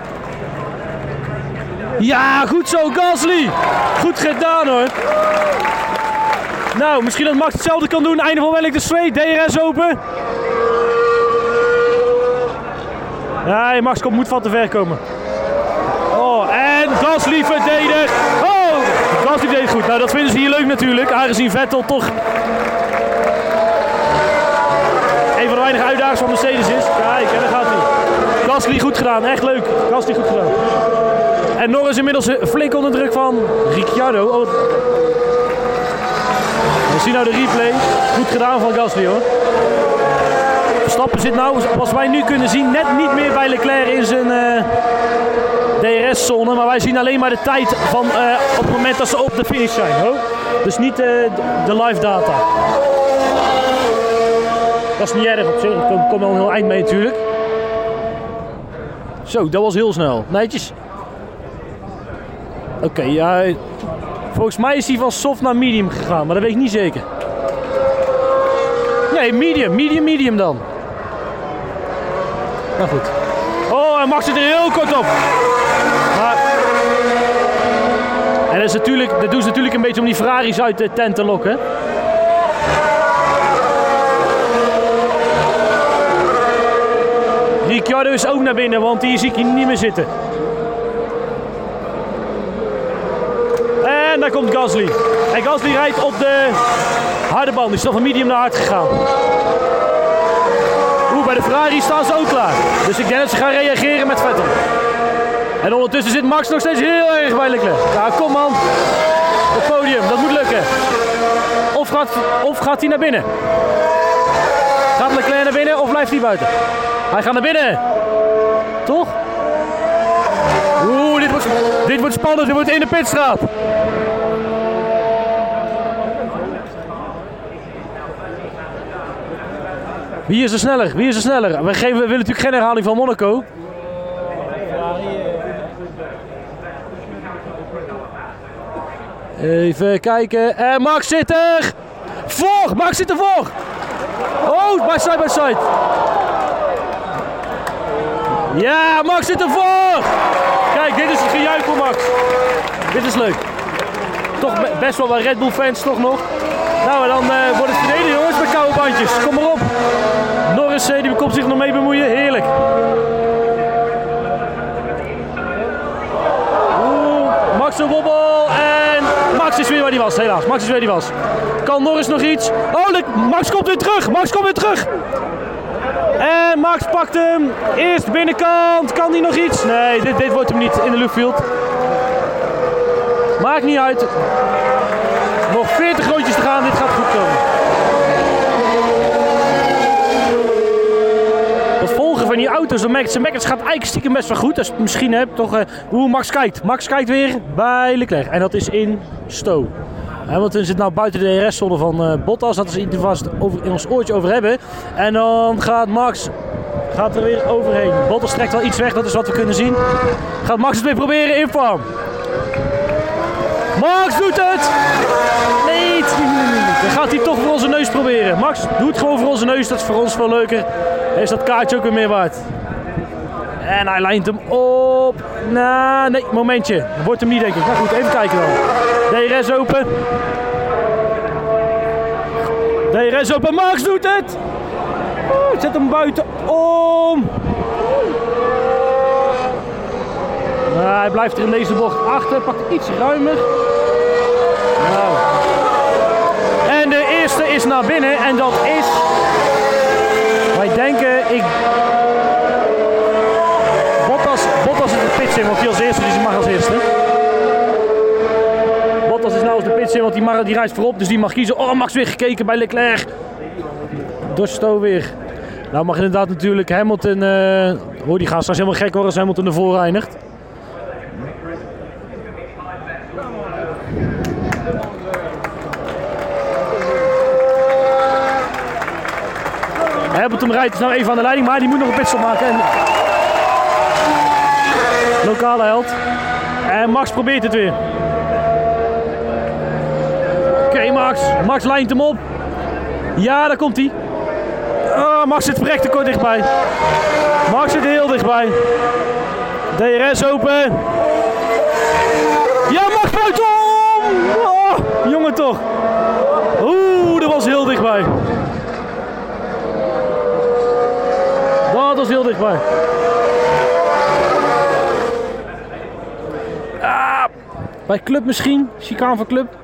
Ja, goed zo, Gasly! Goed gedaan hoor. Nou, misschien dat Max hetzelfde kan doen. Einde van Wellington Straight, DRS open. Nee, Max moet van te ver komen. Oh, en Gasly verdedigt. Oh, Gasly deed goed. Nou, dat vinden ze hier leuk natuurlijk, aangezien Vettel toch een van de weinige uitdagers van Mercedes is. Kijk, en daar gaat hij. Gasly goed gedaan, echt leuk. Gasly goed gedaan. En Norris inmiddels flink onder druk van Ricciardo. Oh. We zien nou de replay. Goed gedaan van Gasly hoor. Verstappen zit nou, zoals wij nu kunnen zien, net niet meer bij Leclerc in zijn DRS-zone. Maar wij zien alleen maar de tijd van op het moment dat ze op de finish zijn. Hoor. Dus niet de live data. Dat is niet erg op zich. Ik kom al een heel eind mee natuurlijk. Zo, dat was heel snel. Netjes. Oké, volgens mij is hij van soft naar medium gegaan, maar dat weet ik niet zeker. Nee, medium dan. Nou goed. Oh, en Max zit er heel kort op. Maar... En dat doen ze natuurlijk een beetje om die Ferraris uit de tent te lokken. Ricciardo is ook naar binnen, want die zie ik hier niet meer zitten. En daar komt Gasly. En Gasly rijdt op de harde band. Die is toch van medium naar hard gegaan. Bij de Ferrari staan ze ook klaar. Dus ik denk dat ze gaan reageren met Vettel. En ondertussen zit Max nog steeds heel erg bij Leclerc. Ja, kom man. Het podium, dat moet lukken. Of gaat hij naar binnen? Gaat Leclerc naar binnen of blijft hij buiten? Hij gaat naar binnen. Toch? Dit wordt spannend. Dit wordt in de pitstraat. Wie is er sneller? We willen natuurlijk geen herhaling van Monaco. Even kijken. En Max zit er! Voor! Max zit ervoor! Oh, by side. Ja, Max zit ervoor! Kijk, dit is het gejuich voor Max. Dit is leuk. Toch best wel wat Red Bull fans toch nog. Nou, en dan wordt het verdedigd jongens met koude bandjes. Kom maar op. Norris die komt zich nog mee bemoeien. Heerlijk. Max een wobbel. En Max is weer waar hij was, helaas. Max is weer waar hij was. Kan Norris nog iets? Oh, Max komt weer terug. En Max pakt hem. Eerst binnenkant. Kan hij nog iets? Nee, dit wordt hem niet in de luchtfield. Maakt niet uit. Nog 40 rondjes te gaan, dit gaat goed komen. Het volgen van die auto's, de Max gaat eigenlijk stiekem best wel goed. Dus misschien toch hoe Max kijkt. Max kijkt weer bij Leclerc. En dat is in Stowe. Hamilton zit nou buiten de DRS-zone van Bottas. Dat is iets waar we het in ons oortje over hebben. En dan gaat Max er weer overheen. Bottas trekt wel iets weg, dat is wat we kunnen zien. Gaat Max het weer proberen in farm. Max doet het! Nee, dan gaat hij toch voor onze neus proberen. Max doet gewoon voor onze neus, dat is voor ons veel leuker. Is dat kaartje ook weer meer waard. En hij lijnt hem op. Nou, nee, momentje. Wordt hem niet, denk ik. Nou goed, even kijken dan. DRS open. DRS open. Max doet het. Zet hem buitenom. Nou, hij blijft er in deze bocht achter. Pakt iets ruimer. Nou. En de eerste is naar binnen. En dat is... Wij denken... Bottas is de pits in, want die als eerste, dus die mag als eerste. Bottas is nou als de pits in, want die rijdt voorop, dus die mag kiezen. Oh, Max weer gekeken bij Leclerc. Dorsto weer. Nou mag inderdaad natuurlijk Hamilton... die gaat straks helemaal gek worden als Hamilton ervoor eindigt. Hamilton rijdt nou even aan de leiding, maar die moet nog een pitstop maken. Lokale held. En Max probeert het weer. Oké, Max. Max lijnt hem op. Ja, daar komt hij. Oh, Max zit verrekt te kort dichtbij. Max zit heel dichtbij. DRS open. Ja, Max buitenom! Oh, jongen toch. Oeh, dat was heel dichtbij. Dat was heel dichtbij. Bij Club misschien, chicane van Club.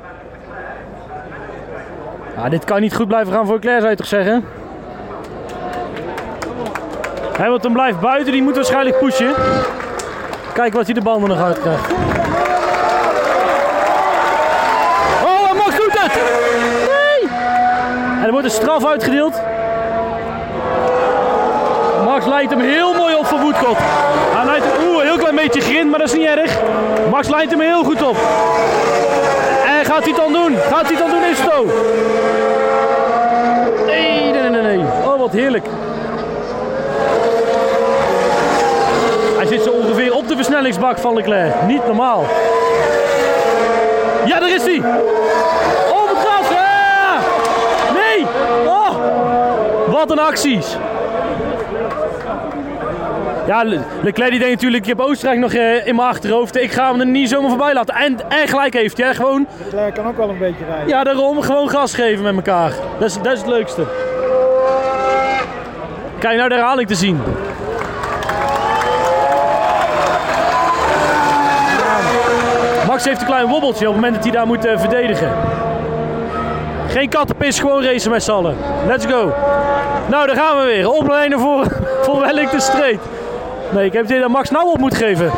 Ja, dit kan niet goed blijven gaan voor Leclerc, zou je toch zeggen? Hamilton blijft buiten, die moet waarschijnlijk pushen. Kijk wat hij de banden nog uit krijgt. Oh, Max doet het! Nee! En er wordt een straf uitgedeeld. Max leidt hem heel mooi op van Woodcock. Hij leidt hem, een heel klein beetje grind, maar dat is niet erg. Max leidt hem heel goed op. En gaat hij het dan doen? Gaat hij het dan doen in Sto? Nee. Oh, wat heerlijk. Hij zit zo ongeveer op de versnellingsbak van Leclerc. Niet normaal. Ja, daar is hij. Oh, wat gaaf. Ah! Nee. Oh, wat een acties. Ja, Leclerc die denkt natuurlijk, ik heb Oostenrijk nog in mijn achterhoofd. Ik ga hem er niet zomaar voorbij laten. En gelijk heeft hij, gewoon... Leclerc kan ook wel een beetje rijden. Ja, daarom gewoon gas geven met elkaar. Dat is het leukste. Kijk nou de herhaling te zien. Max heeft een klein wobbeltje op het moment dat hij daar moet verdedigen. Geen kattenpis, gewoon racen met z'n allen. Let's go. Nou, daar gaan we weer. Opleiden voor Wellington Straight. Nee, ik heb het idee dat Max nou op moet geven.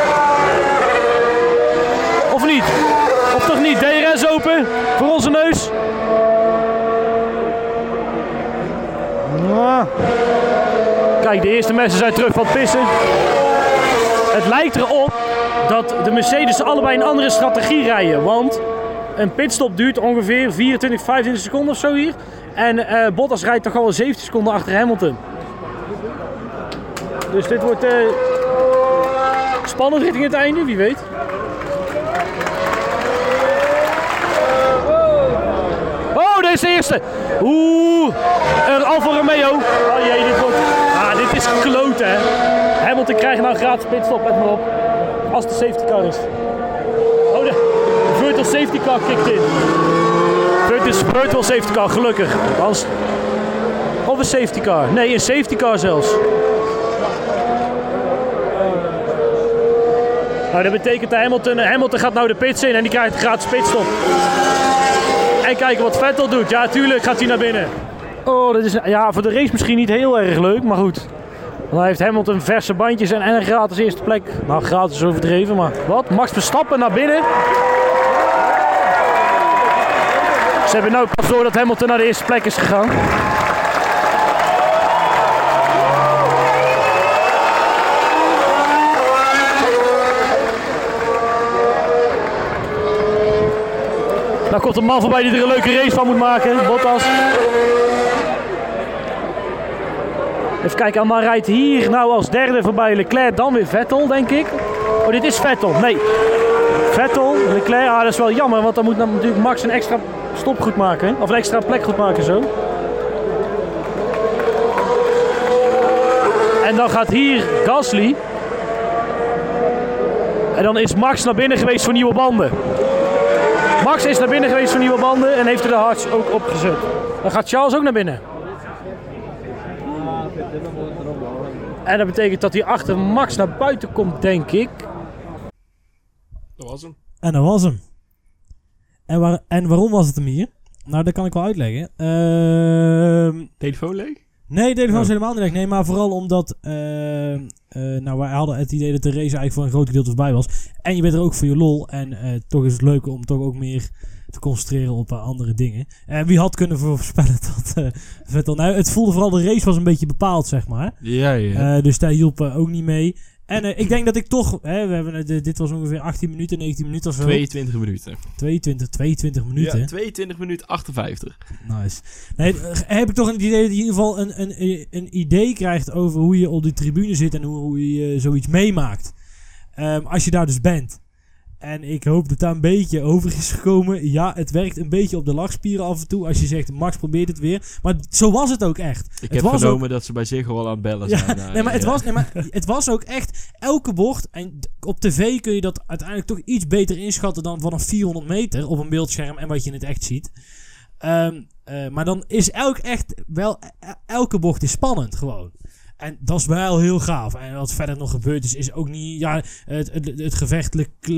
Of niet? Of toch niet? DRS open voor onze neus. Kijk, de eerste mensen zijn terug van het pissen. Het lijkt erop dat de Mercedes allebei een andere strategie rijden. Want een pitstop duurt ongeveer 24, 25 seconden of zo hier. En Bottas rijdt toch al 17 seconden achter Hamilton. Dus dit wordt spannend richting het einde, wie weet. Oh, deze is de eerste. Oeh, Alfa Romeo. Oh jee, dit is klote, hè. Hamilton krijgt nou een gratis pitstop, let maar op. Als de safety car is. Oh, de virtual safety car kikt in. Virtual safety car, gelukkig. Of een safety car. Nee, een safety car zelfs. Nou, dat betekent dat Hamilton gaat nou de pits in en die krijgt een gratis pitstop. En kijken wat Vettel doet. Ja, tuurlijk gaat hij naar binnen. Oh, dat is voor de race misschien niet heel erg leuk, maar goed. Dan heeft Hamilton verse bandjes en een gratis eerste plek. Nou, gratis is overdreven, maar wat? Max Verstappen naar binnen. Ze hebben nu pas door dat Hamilton naar de eerste plek is gegaan. Nou komt een man voorbij die er een leuke race van moet maken, Bottas. Even kijken, en dan rijdt hier nou als derde voorbij Leclerc, dan weer Vettel, denk ik. Oh, dit is Vettel. Nee. Vettel, Leclerc, dat is wel jammer, want dan moet natuurlijk Max een extra stop goed maken. Of een extra plek goed maken zo. En dan gaat hier Gasly. En dan is Max naar binnen geweest voor nieuwe banden. Max is naar binnen geweest voor nieuwe banden en heeft er de hards ook opgezet. Dan gaat Charles ook naar binnen. En dat betekent dat hij achter Max naar buiten komt, denk ik. Dat was hem. En dat was hem. En waarom was het hem hier? Nou, dat kan ik wel uitleggen. Telefoon leeg? Nee, de telefoon is helemaal niet weg. Nee, maar vooral omdat... wij hadden het idee dat de race eigenlijk voor een groot gedeelte voorbij was. En je bent er ook voor je lol. En toch is het leuk om toch ook meer te concentreren op andere dingen. Wie had kunnen voorspellen dat Vettel... Nou, het voelde vooral, de race was een beetje bepaald, zeg maar. Ja. Dus daar hielp ook niet mee. En ik denk dat ik toch... dit was ongeveer 18 minuten, 19 minuten of zo. 22 minuten. 22 minuten. Ja, 22 minuten 58. Nice. Nee, heb ik toch een idee dat je in ieder geval een idee krijgt over hoe je op die tribune zit en hoe je zoiets meemaakt. Als je daar dus bent. En ik hoop dat daar een beetje over is gekomen. Ja, het werkt een beetje op de lachspieren af en toe. Als je zegt, Max probeert het weer. Maar zo was het ook echt. Ik heb vernomen dat ze bij zich al aan het bellen zijn. Het was ook echt elke bocht. En op tv kun je dat uiteindelijk toch iets beter inschatten dan vanaf 400 meter op een beeldscherm en wat je in het echt ziet. Maar dan is elke bocht is spannend gewoon. En dat is wel heel gaaf. En wat verder nog gebeurd is ook niet... Ja, het gevecht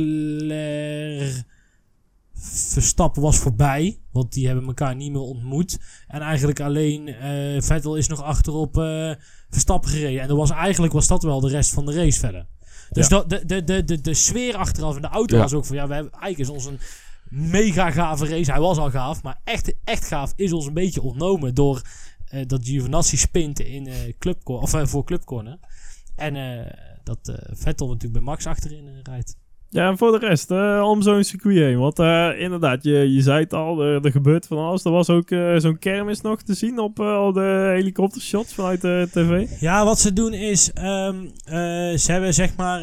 Leclerc-Verstappen was voorbij. Want die hebben elkaar niet meer ontmoet. En eigenlijk alleen Vettel is nog achterop Verstappen gereden. En was dat wel de rest van de race verder. Dus de sfeer achteraf in de auto was ook van... Ja, eigenlijk is ons een mega gave race. Hij was al gaaf. Maar echt gaaf is ons een beetje ontnomen door... dat Giovinazzi spint in voor Club Corner. En dat Vettel natuurlijk bij Max achterin rijdt. Ja, en voor de rest, om zo'n circuit heen. Want inderdaad, je zei het al, er gebeurt van alles. Er was ook zo'n kermis nog te zien op de helikoptershots vanuit de tv. Ja, wat ze doen is, ze hebben zeg maar,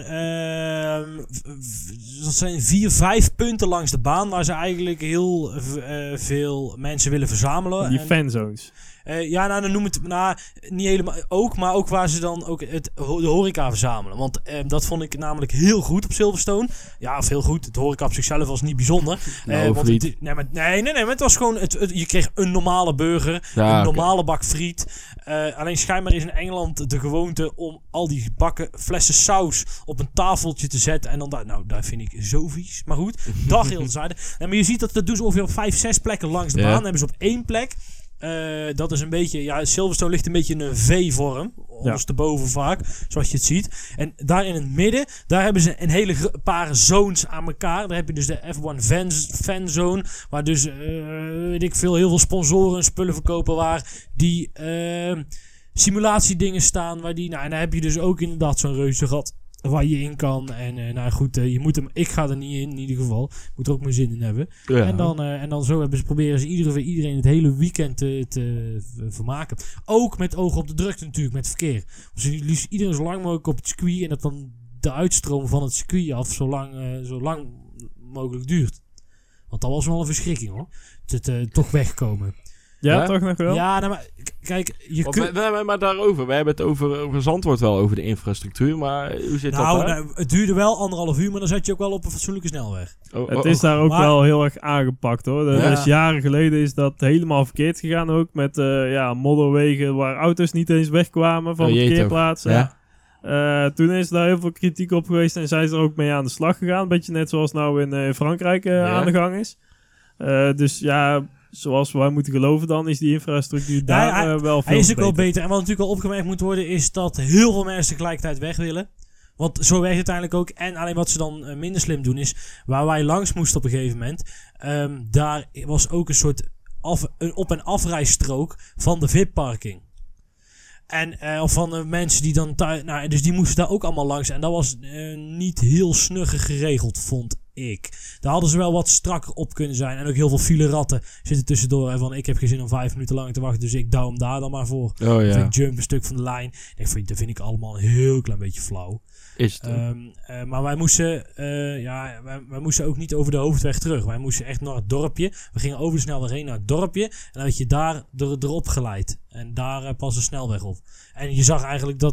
dat zijn 4-5 punten langs de baan waar ze eigenlijk heel veel mensen willen verzamelen. Die fanzones. Dan noem het niet helemaal ook, maar ook waar ze dan ook de horeca verzamelen. Want dat vond ik namelijk heel goed op Silverstone. Ja, of heel goed. Het horeca op zichzelf was niet bijzonder. Maar het was gewoon, je kreeg een normale burger, een normale bak friet. Alleen schijnbaar is in Engeland de gewoonte om al die bakken flessen saus op een tafeltje te zetten. En dan daar vind ik zo vies. Maar goed, dag heel zijde. Maar je ziet dat doen ze ongeveer op 5-6 plekken langs de baan. Dan hebben ze op 1 plek. Dat is een beetje... Silverstone ligt een beetje in een V-vorm. Ondersteboven vaak, zoals je het ziet. En daar in het midden, daar hebben ze een hele paar zones aan elkaar. Daar heb je dus de F1 fanzone. Waar dus, heel veel sponsoren spullen verkopen. Waar die simulatiedingen staan. En daar heb je dus ook inderdaad zo'n reuzenrad waar je in kan. En je moet hem... Ik ga er niet in ieder geval. Moet er ook mijn zin in hebben. Ja. En dan zo proberen ze iedereen het hele weekend te vermaken. Ook met oog op de drukte natuurlijk, met verkeer. Dus liefst iedereen zo lang mogelijk op het circuit. En dat dan de uitstroom van het circuit af zo lang mogelijk duurt. Want dat was wel een verschrikking hoor. Toch wegkomen. Ja, toch nog wel? Ja, maar kijk, maar daarover. We hebben het over Zandvoort wel, over de infrastructuur. Maar hoe zit dat daar? Het duurde wel 1,5 uur, maar dan zat je ook wel op een fatsoenlijke snelweg. Het is daar ook wel heel erg aangepakt hoor. Dus jaren geleden is dat helemaal verkeerd gegaan ook. Met modderwegen waar auto's niet eens wegkwamen van de parkeerplaatsen. Toen is daar heel veel kritiek op geweest en zijn ze er ook mee aan de slag gegaan. Een beetje net zoals nou in Frankrijk aan de gang is. Zoals wij moeten geloven dan, is die infrastructuur daar wel veel Hij is ook wel beter. En wat natuurlijk al opgemerkt moet worden, is dat heel veel mensen tegelijkertijd weg willen. Want zo werkt het uiteindelijk ook. En alleen wat ze dan minder slim doen is, waar wij langs moesten op een gegeven moment, daar was ook een soort op- en afrijstrook van de VIP-parking. En of van de mensen die dan dus die moesten daar ook allemaal langs. En dat was niet heel snugger geregeld, vond ik. Daar hadden ze wel wat strakker op kunnen zijn. En ook heel veel fileratten zitten tussendoor. En van, ik heb geen zin om 5 minuten lang te wachten, dus ik douw hem daar dan maar voor. Of ik jump een stuk van de lijn. Dat vind ik allemaal een heel klein beetje flauw. Is het maar wij moesten ook niet over de hoofdweg terug. Wij moesten echt naar het dorpje. We gingen over de snelweg heen naar het dorpje. En dan werd je daar erop geleid. En daar pas de snelweg op. En je zag eigenlijk dat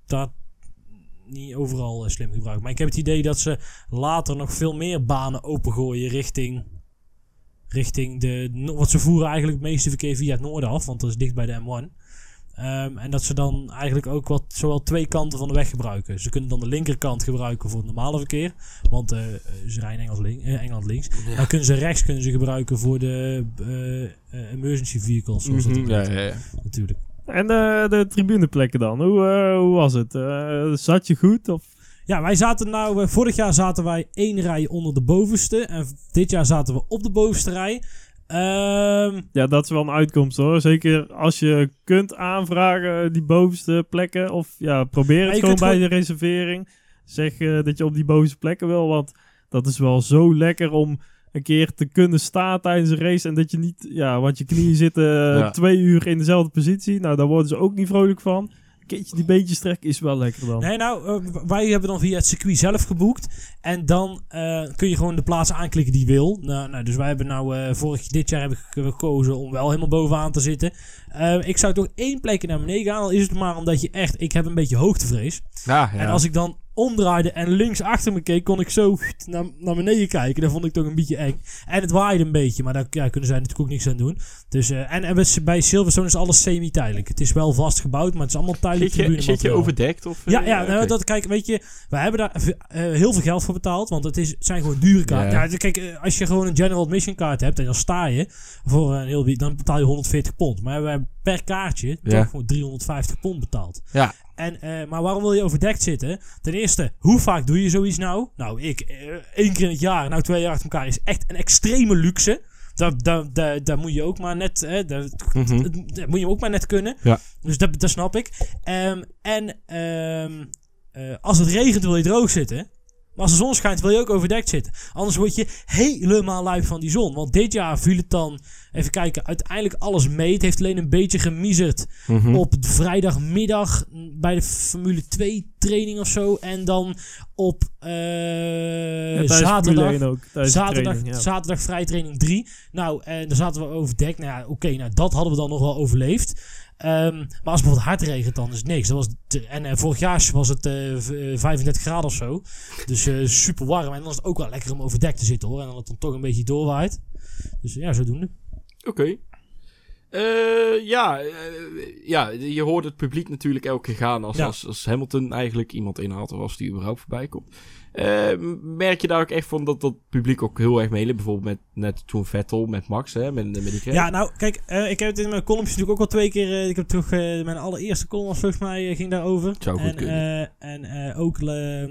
dat niet overal slim gebruikt. Maar ik heb het idee dat ze later nog veel meer banen opengooien richting wat ze voeren eigenlijk het meeste verkeer via het noorden af, want dat is dicht bij de M1. En dat ze dan eigenlijk ook zowel twee kanten van de weg gebruiken. Ze kunnen dan de linkerkant gebruiken voor het normale verkeer. Want ze rijden Engeland links. Ja. Dan kunnen ze rechts gebruiken voor de emergency vehicles. Zoals dat ja. Natuurlijk. En de tribuneplekken dan? Hoe was het? Zat je goed? Of? Ja, wij zaten vorig jaar zaten wij 1 rij onder de bovenste. En dit jaar zaten we op de bovenste rij. Ja, dat is wel een uitkomst hoor. Zeker als je kunt aanvragen die bovenste plekken. Of ja, probeer het gewoon bij de reservering. Zeg dat je op die bovenste plekken wil. Want dat is wel zo lekker om een keer te kunnen staan tijdens een race. En dat je niet... Ja, want je knieën zitten 2 uur in dezelfde positie. Nou, daar worden ze ook niet vrolijk van. Een keertje die beentjes trekken is wel lekker dan. Nee, wij hebben dan via het circuit zelf geboekt. En dan kun je gewoon de plaats aanklikken die je wil. Nou, dus wij hebben dit jaar hebben we gekozen om wel helemaal bovenaan te zitten. Ik zou toch 1 plekje naar beneden gaan. Al is het maar omdat ik heb een beetje hoogtevrees. Ja. En als ik dan omdraaide en links achter me keek, kon ik zo naar beneden kijken. Dat vond ik toch een beetje eng. En het waaide een beetje, maar daar kunnen zij natuurlijk ook niks aan doen. Dus, en bij Silverstone is alles semi-tijdelijk. Het is wel vastgebouwd, maar het is allemaal tijdelijk. Zit je overdekt? Of, ja, okay. Kijk, weet je, wij hebben daar heel veel geld voor betaald, want het zijn gewoon dure kaarten. Ja, kijk, als je gewoon een General Admission kaart hebt en dan sta je voor een heel week, dan betaal je £140. Maar we hebben per kaartje toch gewoon £350 betaald. Ja. Maar waarom wil je overdekt zitten? Ten eerste, hoe vaak doe je zoiets nou? Nou, 1 keer in het jaar, 2 jaar achter elkaar, is echt een extreme luxe. Daar moet je ook maar net... moet je ook maar net kunnen. Ja. Dus dat snap ik. Als het regent wil je droog zitten. Maar als de zon schijnt wil je ook overdekt zitten. Anders word je helemaal lui van die zon. Want dit jaar viel het dan... Even kijken, uiteindelijk alles mee. Het heeft alleen een beetje gemiezerd op vrijdagmiddag bbij de Formule 2 training of zo. En dan op zaterdag vrije training 3. Nou, en dan zaten we overdekt. Nou ja, dat hadden we dan nog wel overleefd. Maar als het bijvoorbeeld hard regent, dan is het niks. Vorig jaar was het 35 graden of zo. Dus super warm. En dan is het ook wel lekker om overdekt te zitten hoor. En dan het dan toch een beetje doorwaait. Dus ja, zodoende. Oké. Je hoort het publiek natuurlijk elke keer gaan als Hamilton eigenlijk iemand inhaalt of als die überhaupt voorbij komt. Merk je daar ook echt van dat dat publiek ook heel erg meeleeft? Bijvoorbeeld net toen Vettel met Max, hè, met die crash. Ja, nou, kijk, ik heb het in mijn columns natuurlijk ook al 2 keer... ik heb terug... mijn allereerste column was volgens mij ging daarover. Zou goed kunnen. En ook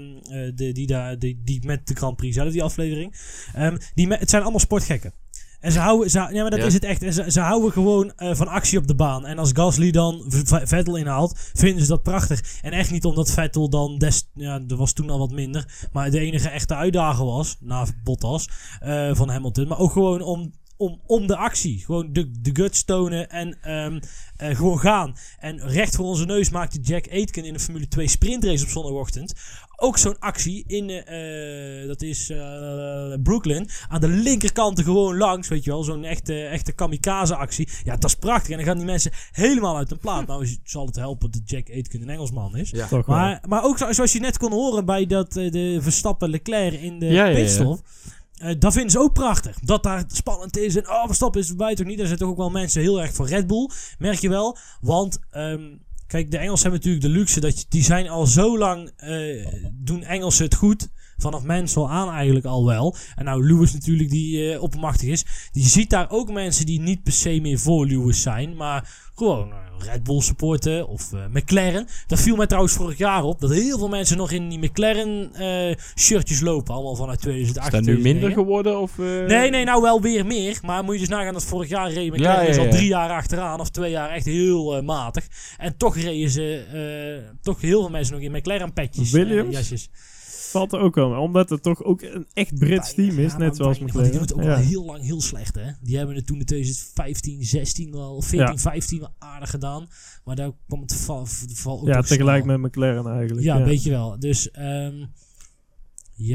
die met de Grand Prix zelf, die aflevering. Het zijn allemaal sportgekken. En ze houden... is het echt. En ze houden gewoon van actie op de baan. En als Gasly dan Vettel inhaalt, vinden ze dat prachtig. En echt niet omdat Vettel dan... er was toen al wat minder. Maar de enige echte uitdager was, na Bottas, van Hamilton. Maar ook gewoon om de actie. Gewoon de guts tonen en gewoon gaan. En recht voor onze neus maakte Jack Aitken in de Formule 2 sprintrace op zondagochtend ook zo'n actie in, dat is Brooklyn, aan de linkerkant er gewoon langs, weet je wel, zo'n echte kamikaze actie. Ja, dat is prachtig. En dan gaan die mensen helemaal uit de plaat. Nou zal het helpen dat Jack Aitken een Engelsman is. Ja. Maar ook zoals je net kon horen bij de Verstappen Leclerc in de pitstop. Dat vinden ze ook prachtig. Dat daar spannend is. En Verstappen is voorbij toch niet. Er zijn toch ook wel mensen heel erg voor Red Bull. Merk je wel. Want kijk, de Engelsen hebben natuurlijk de luxe dat die zijn al zo lang doen Engelsen het goed. Vanaf Mansell aan eigenlijk al wel. En nou Lewis natuurlijk die oppermachtig is. Die ziet daar ook mensen die niet per se meer voor Lewis zijn. Maar gewoon Red Bull supporten of McLaren. Dat viel mij trouwens vorig jaar op. Dat heel veel mensen nog in die McLaren shirtjes lopen. Allemaal vanuit 2008. Is dat nu minder geworden? Of, Nee, nou wel weer meer. Maar moet je dus nagaan dat vorig jaar reed McLaren is al 3 jaar achteraan. Of 2 jaar echt heel matig. En toch reden ze toch heel veel mensen nog in McLaren petjes. Jasjes. Valt er ook wel, omdat het toch ook een echt Brits team is, net zoals McLaren. Die doen het ook wel heel lang heel slecht, hè. Die hebben het toen in 2015, 16 wel, 14, 15 wel aardig gedaan. Maar daar kwam het val ook ja, tegelijk snel. Met McLaren eigenlijk. Ja, weet je wel. Dus,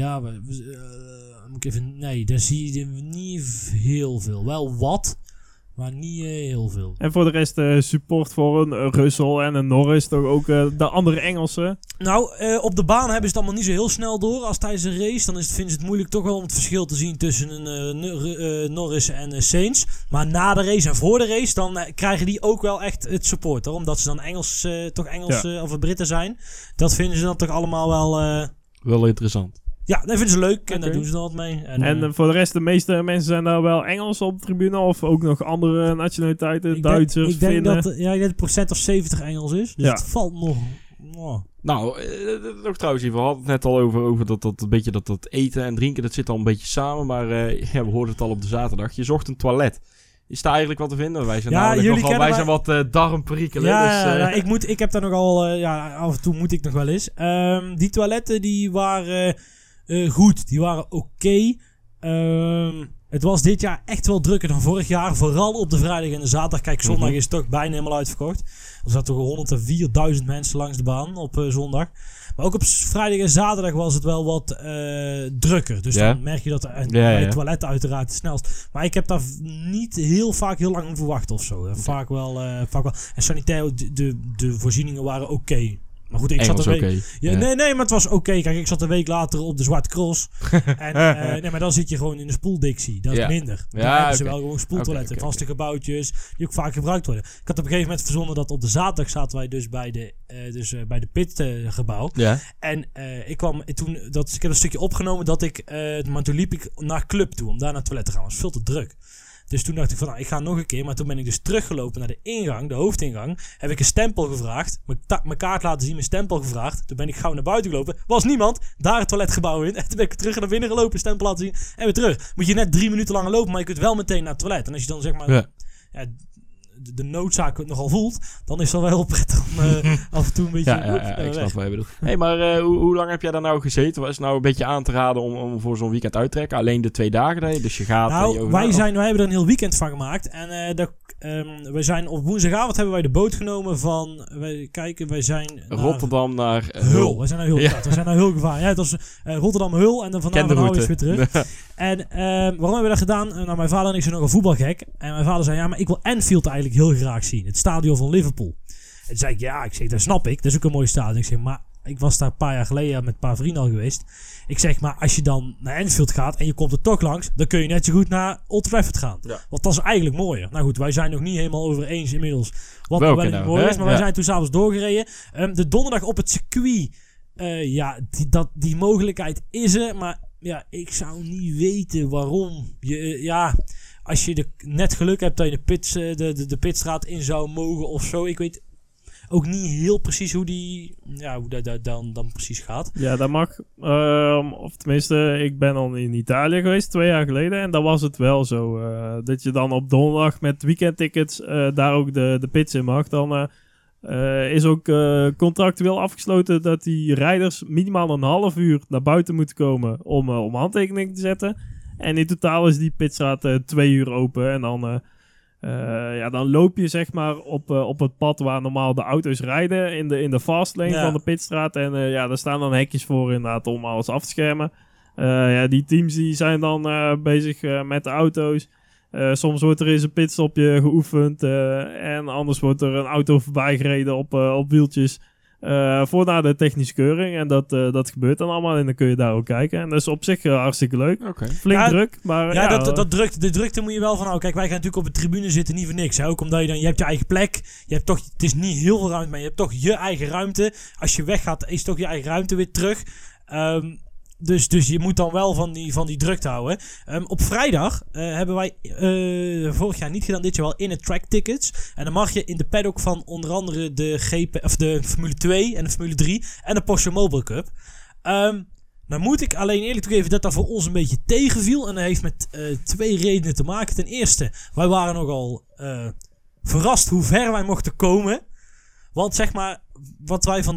moet ik even... Nee, daar zie je niet heel veel. Wel wat, Maar niet heel veel. En voor de rest support voor een Russell en een Norris, toch ook de andere Engelsen? Nou, op de baan hebben ze het allemaal niet zo heel snel door. Als tijdens een race, dan vinden ze het moeilijk toch wel om het verschil te zien tussen een Norris en Sainz. Maar na de race en voor de race, dan krijgen die ook wel echt het support. Hoor. Omdat ze dan Engels of Britten zijn. Dat vinden ze dan toch allemaal wel... Wel interessant. Ja, dat vinden ze leuk en daar doen ze dan wat mee. En voor de rest, de meeste mensen zijn daar wel Engels op de tribune of ook nog andere nationaliteiten, Duitsers, Ik denk Finnen. dat het procent of 70 Engels is. Dus het valt nog... Oh. Nou, nog trouwens even, we hadden het net al over dat beetje dat eten en drinken, dat zit al een beetje samen. Maar we hoorden het al op de zaterdag. Je zocht een toilet. Is daar eigenlijk wat te vinden? Wij zijn wij zijn wat darmperikelen. Ja, dus, ik heb daar nogal... af en toe moet ik nog wel eens. Die toiletten die waren goed. Die waren oké. Het was dit jaar echt wel drukker dan vorig jaar. Vooral op de vrijdag en de zaterdag. Kijk, zondag is het toch bijna helemaal uitverkocht. Er zaten toch 104.000 mensen langs de baan op zondag. Maar ook op vrijdag en zaterdag was het wel wat drukker. Dus dan merk je dat bij het toilet uiteraard het snelst. Maar ik heb daar niet heel vaak heel lang voor wachten of zo. Okay. Vaak wel. En sanitair, de voorzieningen waren oké. Maar goed, ik zat een week... Nee, maar het was oké. Kijk, ik zat een week later op de Zwarte Cross. En maar dan zit je gewoon in de spoeldictie. Dat is minder. Dan hebben ze wel gewoon spoeltoiletten. Vaste gebouwtjes die ook vaak gebruikt worden. Ik had op een gegeven moment verzonnen dat op de zaterdag zaten wij dus bij de pitgebouw. En ik kwam toen... ik heb een stukje opgenomen dat maar toen liep ik naar club toe om daar naar het toilet te gaan. Het was veel te druk. Dus toen dacht ik van, ik ga nog een keer. Maar toen ben ik dus teruggelopen naar de ingang, de hoofdingang. Heb ik een stempel gevraagd. Mijn kaart laten zien, mijn stempel gevraagd. Toen ben ik gauw naar buiten gelopen. Was niemand. Daar het toiletgebouw in. En toen ben ik terug naar binnen gelopen, stempel laten zien. En weer terug. Moet je net 3 minuten lang lopen, maar je kunt wel meteen naar het toilet. En als je dan zeg maar... de noodzaak nogal voelt, dan is het wel heel prettig om af en toe een beetje... ik snap wat je bedoelt. Hey, maar hoe lang heb jij daar nou gezeten? Was het nou een beetje aan te raden om voor zo'n weekend uit te trekken? Alleen de 2 dagen, dus je gaat... Nou, wij hebben er een heel weekend van gemaakt. En we zijn op woensdagavond hebben wij de boot genomen van... Wij zijn Rotterdam naar Hul. We zijn naar Hul we zijn naar Hul gevaren. Ja, het was Rotterdam-Hul en dan vandaag van Houwis weer terug. En waarom hebben we dat gedaan? Nou, mijn vader en ik zijn nogal voetbalgek. En mijn vader zei, maar ik wil Anfield eigenlijk heel graag zien. Het stadion van Liverpool. En toen zei ik, dat snap ik. Dat is ook een mooi stadion. Ik zeg, maar ik was daar een paar jaar geleden met een paar vrienden al geweest. Ik zeg, maar als je dan naar Anfield gaat en je komt er toch langs, dan kun je net zo goed naar Old Trafford gaan. Ja. Want dat is eigenlijk mooier. Nou goed, wij zijn nog niet helemaal over eens inmiddels wat er wel mooi is. Maar wij zijn toen s'avonds doorgereden. De donderdag op het circuit. Die mogelijkheid is er. Maar ja, ik zou niet weten waarom. Als je net geluk hebt dat je de pitstraat in zou mogen of zo. Ik weet ook niet heel precies hoe dat dan precies gaat. Ja, dat mag. Of tenminste, ik ben al in Italië geweest 2 jaar geleden. En dan was het wel zo. Dat je dan op donderdag met weekendtickets daar ook de pits in mag. Dan is ook contractueel afgesloten dat die rijders minimaal een half uur naar buiten moeten komen om handtekening te zetten. En in totaal is die pitstraat 2 uur open. En dan loop je zeg maar op het pad waar normaal de auto's rijden in de fastlane van de pitstraat. En daar staan dan hekjes voor inderdaad om alles af te schermen. Die teams die zijn dan bezig met de auto's. Soms wordt er eens een pitstopje geoefend. En anders wordt er een auto voorbij gereden op wieltjes. Voor naar de technische keuring. En dat gebeurt dan allemaal. En dan kun je daar ook kijken. En dat is op zich hartstikke leuk. Okay. Flink druk. Maar de drukte moet je wel van houden. Kijk, wij gaan natuurlijk op de tribune zitten. Niet voor niks. Hè? Ook omdat je hebt je eigen plek. Je hebt toch, het is niet heel veel ruimte. Maar je hebt toch je eigen ruimte. Als je weggaat, is toch je eigen ruimte weer terug. Dus je moet dan wel van die drukte houden. Op vrijdag hebben wij vorig jaar niet gedaan, dit jaar wel in het track tickets. En dan mag je in de paddock van onder andere de Formule 2 en de Formule 3 en de Porsche Mobile Cup. Nou moet ik alleen eerlijk toegeven dat voor ons een beetje tegenviel. En dat heeft met 2 redenen te maken. Ten eerste, wij waren nogal verrast hoe ver wij mochten komen. Want zeg maar, wat wij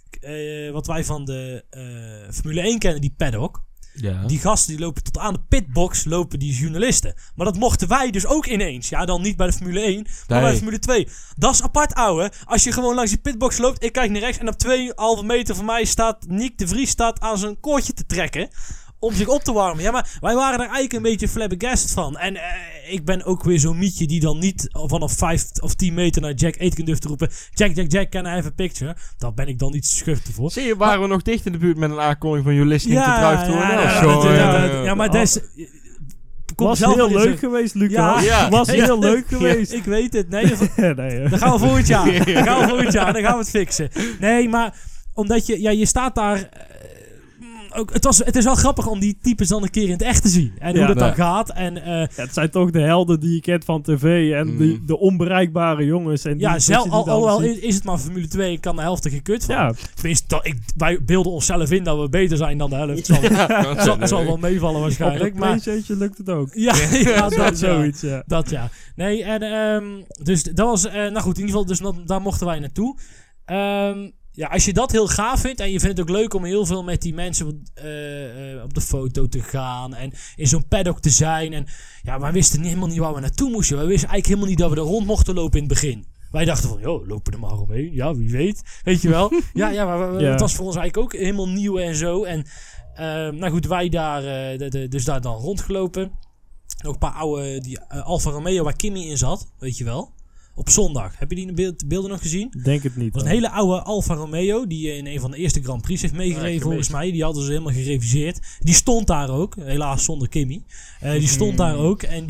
van de Formule 1 kennen, die paddock. Ja. Die gasten die lopen tot aan de pitbox, lopen die journalisten. Maar dat mochten wij dus ook ineens. Ja, dan niet bij de Formule 1, maar bij de Formule 2. Dat is apart, ouwe. Als je gewoon langs die pitbox loopt, ik kijk naar rechts en op 2,5 meter van mij staat Nick de Vries aan zijn koordje te trekken. om zich op te warmen. Ja, maar wij waren er eigenlijk een beetje flabbergasted van. En ik ben ook weer zo'n mietje die dan niet vanaf 5 of 10 meter naar Jack Aitken durft te roepen. Jack, can I have a picture? Daar ben ik dan iets schuchter voor. Zie je, waren we nog dicht in de buurt met een aankondiging van You're listening to Drive Ja, maar dat is... Was heel leuk geweest, Lucas. Ja. Was heel leuk geweest. Ik weet het. Nee, dan gaan we volgend jaar. Dan gaan we het fixen. Nee, maar omdat je staat daar... Ook, het is wel grappig om die types dan een keer in het echt te zien. En hoe dat dan gaat. En, het zijn toch de helden die je kent van tv. En de onbereikbare jongens. En alhoewel is het maar Formule 2 en kan de helft er gekut van. Ja. Tenminste, wij beelden onszelf in dat we beter zijn dan de helft. Het zal wel meevallen waarschijnlijk. Op een PlayStation lukt het ook. Ja, dat zoiets. Ja. Dat ja. Nee, en dus dat was... nou goed, in ieder geval, dus daar mochten wij naartoe. Ja, als je dat heel gaaf vindt en je vindt het ook leuk om heel veel met die mensen op de foto te gaan en in zo'n paddock te zijn. En ja, wij wisten helemaal niet waar we naartoe moesten. Wij wisten eigenlijk helemaal niet dat we er rond mochten lopen in het begin. Wij dachten van, joh, lopen er maar omheen. Ja, wie weet. Weet je wel. Maar het was voor ons eigenlijk ook helemaal nieuw en zo. En nou goed, wij daar dus daar dan rondgelopen. Nog een paar oude, die Alfa Romeo waar Kimi in zat, weet je wel. Op zondag. Heb je die beelden nog gezien? Denk het niet. Het was een hele oude Alfa Romeo die in een van de eerste Grand Prix heeft meegereden volgens mij. Die hadden ze helemaal gereviseerd. Die stond daar ook. Helaas zonder Kimi. Die stond daar ook. En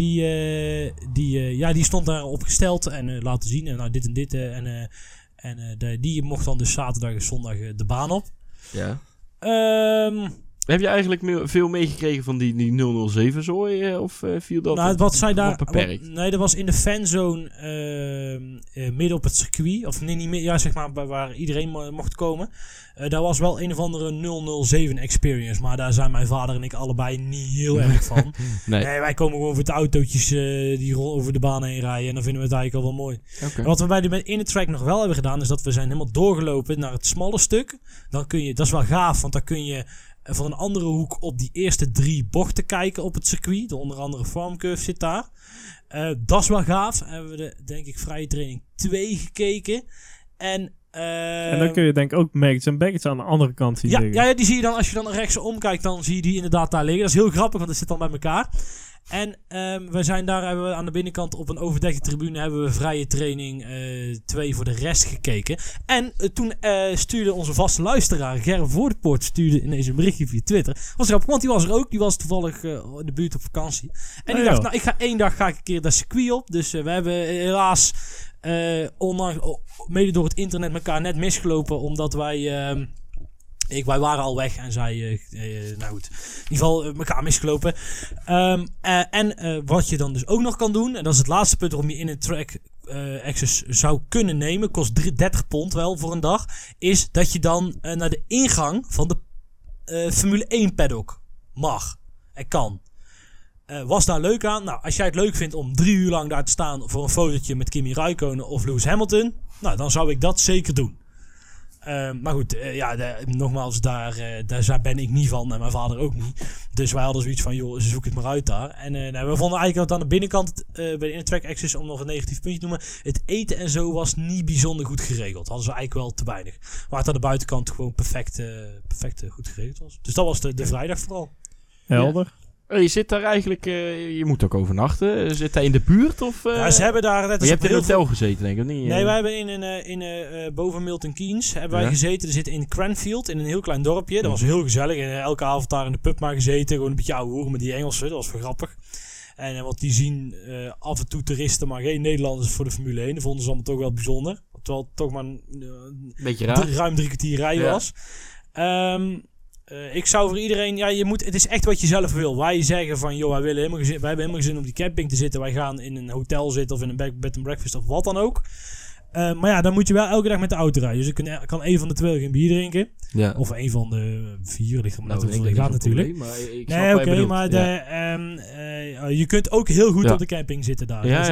die stond daar opgesteld en laten zien. En nou dit en dit. Die mocht dan dus zaterdag en zondag de baan op. Ja. Heb je eigenlijk veel meegekregen van die 007-zooi? Of viel dat wat zij daar beperkt? Nee, dat was in de fanzone midden op het circuit. Of nee, niet meer, ja, zeg maar waar iedereen mocht komen. Daar was wel een of andere 007-experience. Maar daar zijn mijn vader en ik allebei niet heel erg van. Nee, wij komen gewoon voor de autootjes die over de baan heen rijden. En dan vinden we het eigenlijk al wel mooi. Okay. Wat we bij de in-track nog wel hebben gedaan, is dat we zijn helemaal doorgelopen naar het smalle stuk. Dan kun je, dat is wel gaaf, want dan kun je van een andere hoek op die eerste 3 bochten kijken op het circuit. De onder andere Farm Curve zit daar. Dat is wel gaaf. Hebben we de, denk ik, vrije training 2 gekeken. En dan kun je denk ik ook Maggots en Baggots aan de andere kant zien liggen. Ja, die zie je dan, als je dan rechtsom kijkt, dan zie je die inderdaad daar liggen. Dat is heel grappig, want dat zit dan bij elkaar. En we zijn daar, hebben we aan de binnenkant op een overdekte tribune hebben we vrije training 2 voor de rest gekeken. En toen stuurde onze vaste luisteraar Gerrit Voordepoort ineens een berichtje via Twitter. Was grappig, want die was er ook. Die was toevallig in de buurt op vakantie. En die dacht, nou, ik ga 1 dag een keer dat circuit op. Dus we hebben helaas ondanks, mede door het internet elkaar net misgelopen, omdat wij waren al weg en zij, nou goed, in ieder geval elkaar misgelopen. Wat je dan dus ook nog kan doen, en dat is het laatste punt waarom je in een track access zou kunnen nemen, kost 30 pond wel voor een dag, is dat je dan naar de ingang van de Formule 1 paddock mag en kan. Was daar leuk aan? Nou, als jij het leuk vindt om 3 uur lang daar te staan voor een fotootje met Kimi Räikkönen of Lewis Hamilton, nou, dan zou ik dat zeker doen. Maar goed, nogmaals, daar ben ik niet van en mijn vader ook niet. Dus wij hadden zoiets van, joh, zoek het maar uit daar. En we vonden eigenlijk dat aan de binnenkant, bij de in-track access, om nog een negatief puntje te noemen, het eten en zo was niet bijzonder goed geregeld. Hadden ze eigenlijk wel te weinig. Maar het aan de buitenkant gewoon perfect goed geregeld was. Dus dat was de vrijdag vooral. Helder. Ja. Je zit daar eigenlijk, je moet ook overnachten. Zit hij in de buurt? Of, ja, ze hebben daar net. Je hebt in een hotel gezeten, denk ik, niet? Nee, wij hebben boven Milton Keynes hebben wij gezeten. We zitten in Cranfield, in een heel klein dorpje. Dat was heel gezellig. En elke avond daar in de pub maar gezeten. Gewoon een beetje ouwe hoeren met die Engelsen. Dat was wel grappig. En want die zien af en toe toeristen, maar geen Nederlanders voor de Formule 1. Dat vonden ze allemaal toch wel bijzonder. Terwijl het toch maar beetje raar. Ruim 3 kwartier rijden was. Ik zou voor iedereen, het is echt wat je zelf wil. Wij zeggen van, joh, wij hebben helemaal geen zin om die camping te zitten. Wij gaan in een hotel zitten of in een bed and breakfast of wat dan ook. Maar ja, dan moet je wel elke dag met de auto rijden. Dus ik kan een van de 2 geen bier drinken. Ja. Of een van de 4, ligt er maar net hoeveel je gaat natuurlijk. Probleem, maar je kunt ook heel goed op de camping zitten daar. Ja,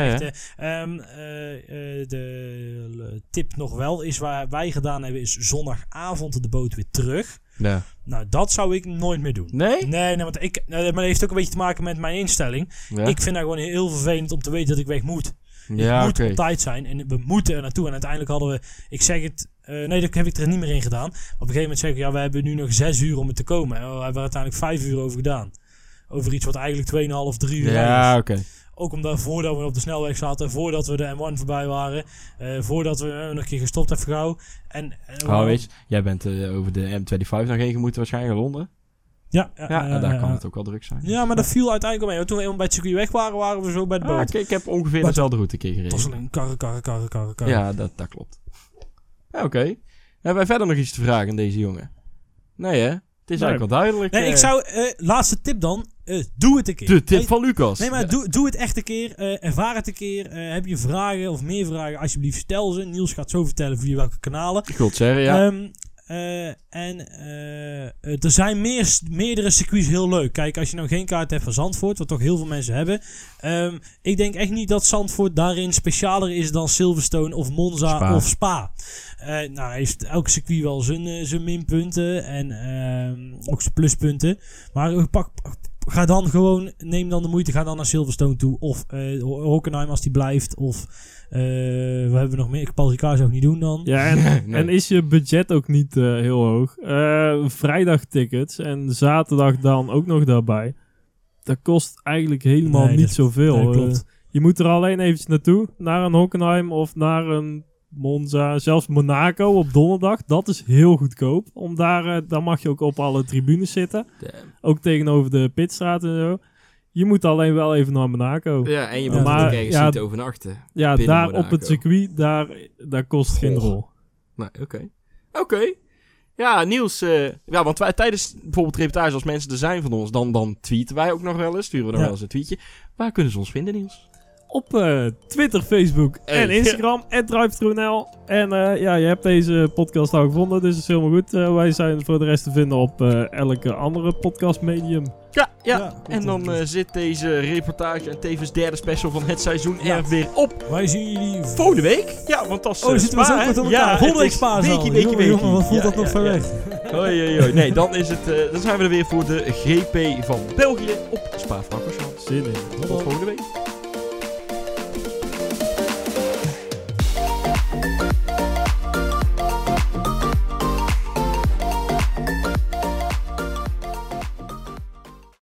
de tip nog wel is, waar wij gedaan hebben, is zondagavond de boot weer terug. Ja. Nou, dat zou ik nooit meer doen. Nee? Nee, want maar dat heeft ook een beetje te maken met mijn instelling. Ja. Ik vind dat gewoon heel vervelend om te weten dat ik weg moet. Ja, ik moet op tijd zijn en we moeten er naartoe. En uiteindelijk hadden we, ik zeg het, Nee, dat heb ik er niet meer in gedaan. Op een gegeven moment zeg ik, we hebben nu nog 6 uur om er te komen. En we hebben er uiteindelijk 5 uur over gedaan. Over iets wat eigenlijk 2,5, 3 uur is. Ja, oké. Ook omdat voordat we op de snelweg zaten, voordat we de M1 voorbij waren, voordat we nog een keer gestopt hebben gauw. Weet je, jij bent over de M25 nog heen gemoeten waarschijnlijk naar Londen. Ja, daar kan het ook wel druk zijn. Ja, maar dat viel uiteindelijk mee. Toen we eenmaal bij het circuit weg waren, waren we zo bij de boot. Ik heb ongeveer dezelfde route een keer gereden. Dat was alleen karren. Ja, dat klopt. Ja, oké. Hebben wij verder nog iets te vragen aan deze jongen? Nee, hè? Het is eigenlijk wel duidelijk. Nee, ik zou... laatste tip dan. Doe het een keer. De tip van Lucas. Nee, maar doe het echt een keer. Ervaar het een keer. Heb je vragen of meer vragen? Alsjeblieft, stel ze. Niels gaat zo vertellen via welke kanalen. Ik wil het zeggen, ja. Er zijn meerdere circuits heel leuk. Kijk, als je nou geen kaart hebt van Zandvoort, wat toch heel veel mensen hebben. Ik denk echt niet dat Zandvoort daarin specialer is dan Silverstone of Monza of Spa. Heeft elk circuit wel zijn minpunten en ook zijn pluspunten. Maar ga dan gewoon, neem dan de moeite, ga dan naar Silverstone toe. Of Hockenheim als die blijft. Of we hebben nog meer. Paul Ricard zou ik niet doen dan. Ja, en is je budget ook niet heel hoog? Vrijdagtickets en zaterdag dan ook nog daarbij. Dat kost eigenlijk helemaal niet zoveel. Klopt. Je moet er alleen eventjes naartoe. Naar een Hockenheim of naar een Monza. Zelfs Monaco op donderdag. Dat is heel goedkoop. Om daar mag je ook op alle tribunes zitten. Damn. Ook tegenover de pitstraat en zo. Je moet alleen wel even naar Monaco. Ja, en je moet ook ergens niet overnachten. Ja, daar Monaco. Op het circuit, daar kost geen rol. Nee, oké. Ja, Niels. Want wij tijdens bijvoorbeeld reportages, als mensen er zijn van ons, dan tweeten wij ook nog wel eens. Sturen we nog wel eens een tweetje. Waar kunnen ze ons vinden, Niels? Op Twitter, Facebook en Instagram. @drive_nl. En je hebt deze podcast al gevonden, dus dat is helemaal goed. Wij zijn voor de rest te vinden op elke andere podcastmedium. Ja. En dan zit deze reportage en tevens derde special van het seizoen er weer op. Wij zien jullie volgende week. Ja, want dat is zitten we zo kort op elkaar. Volgende week Spa. Weekie. Jongen, wat voelt dat nog ver weg? Hoi. Nee, dan zijn we er weer voor de GP van België op Spa-Francorchamps. Zin in. Tot volgende week.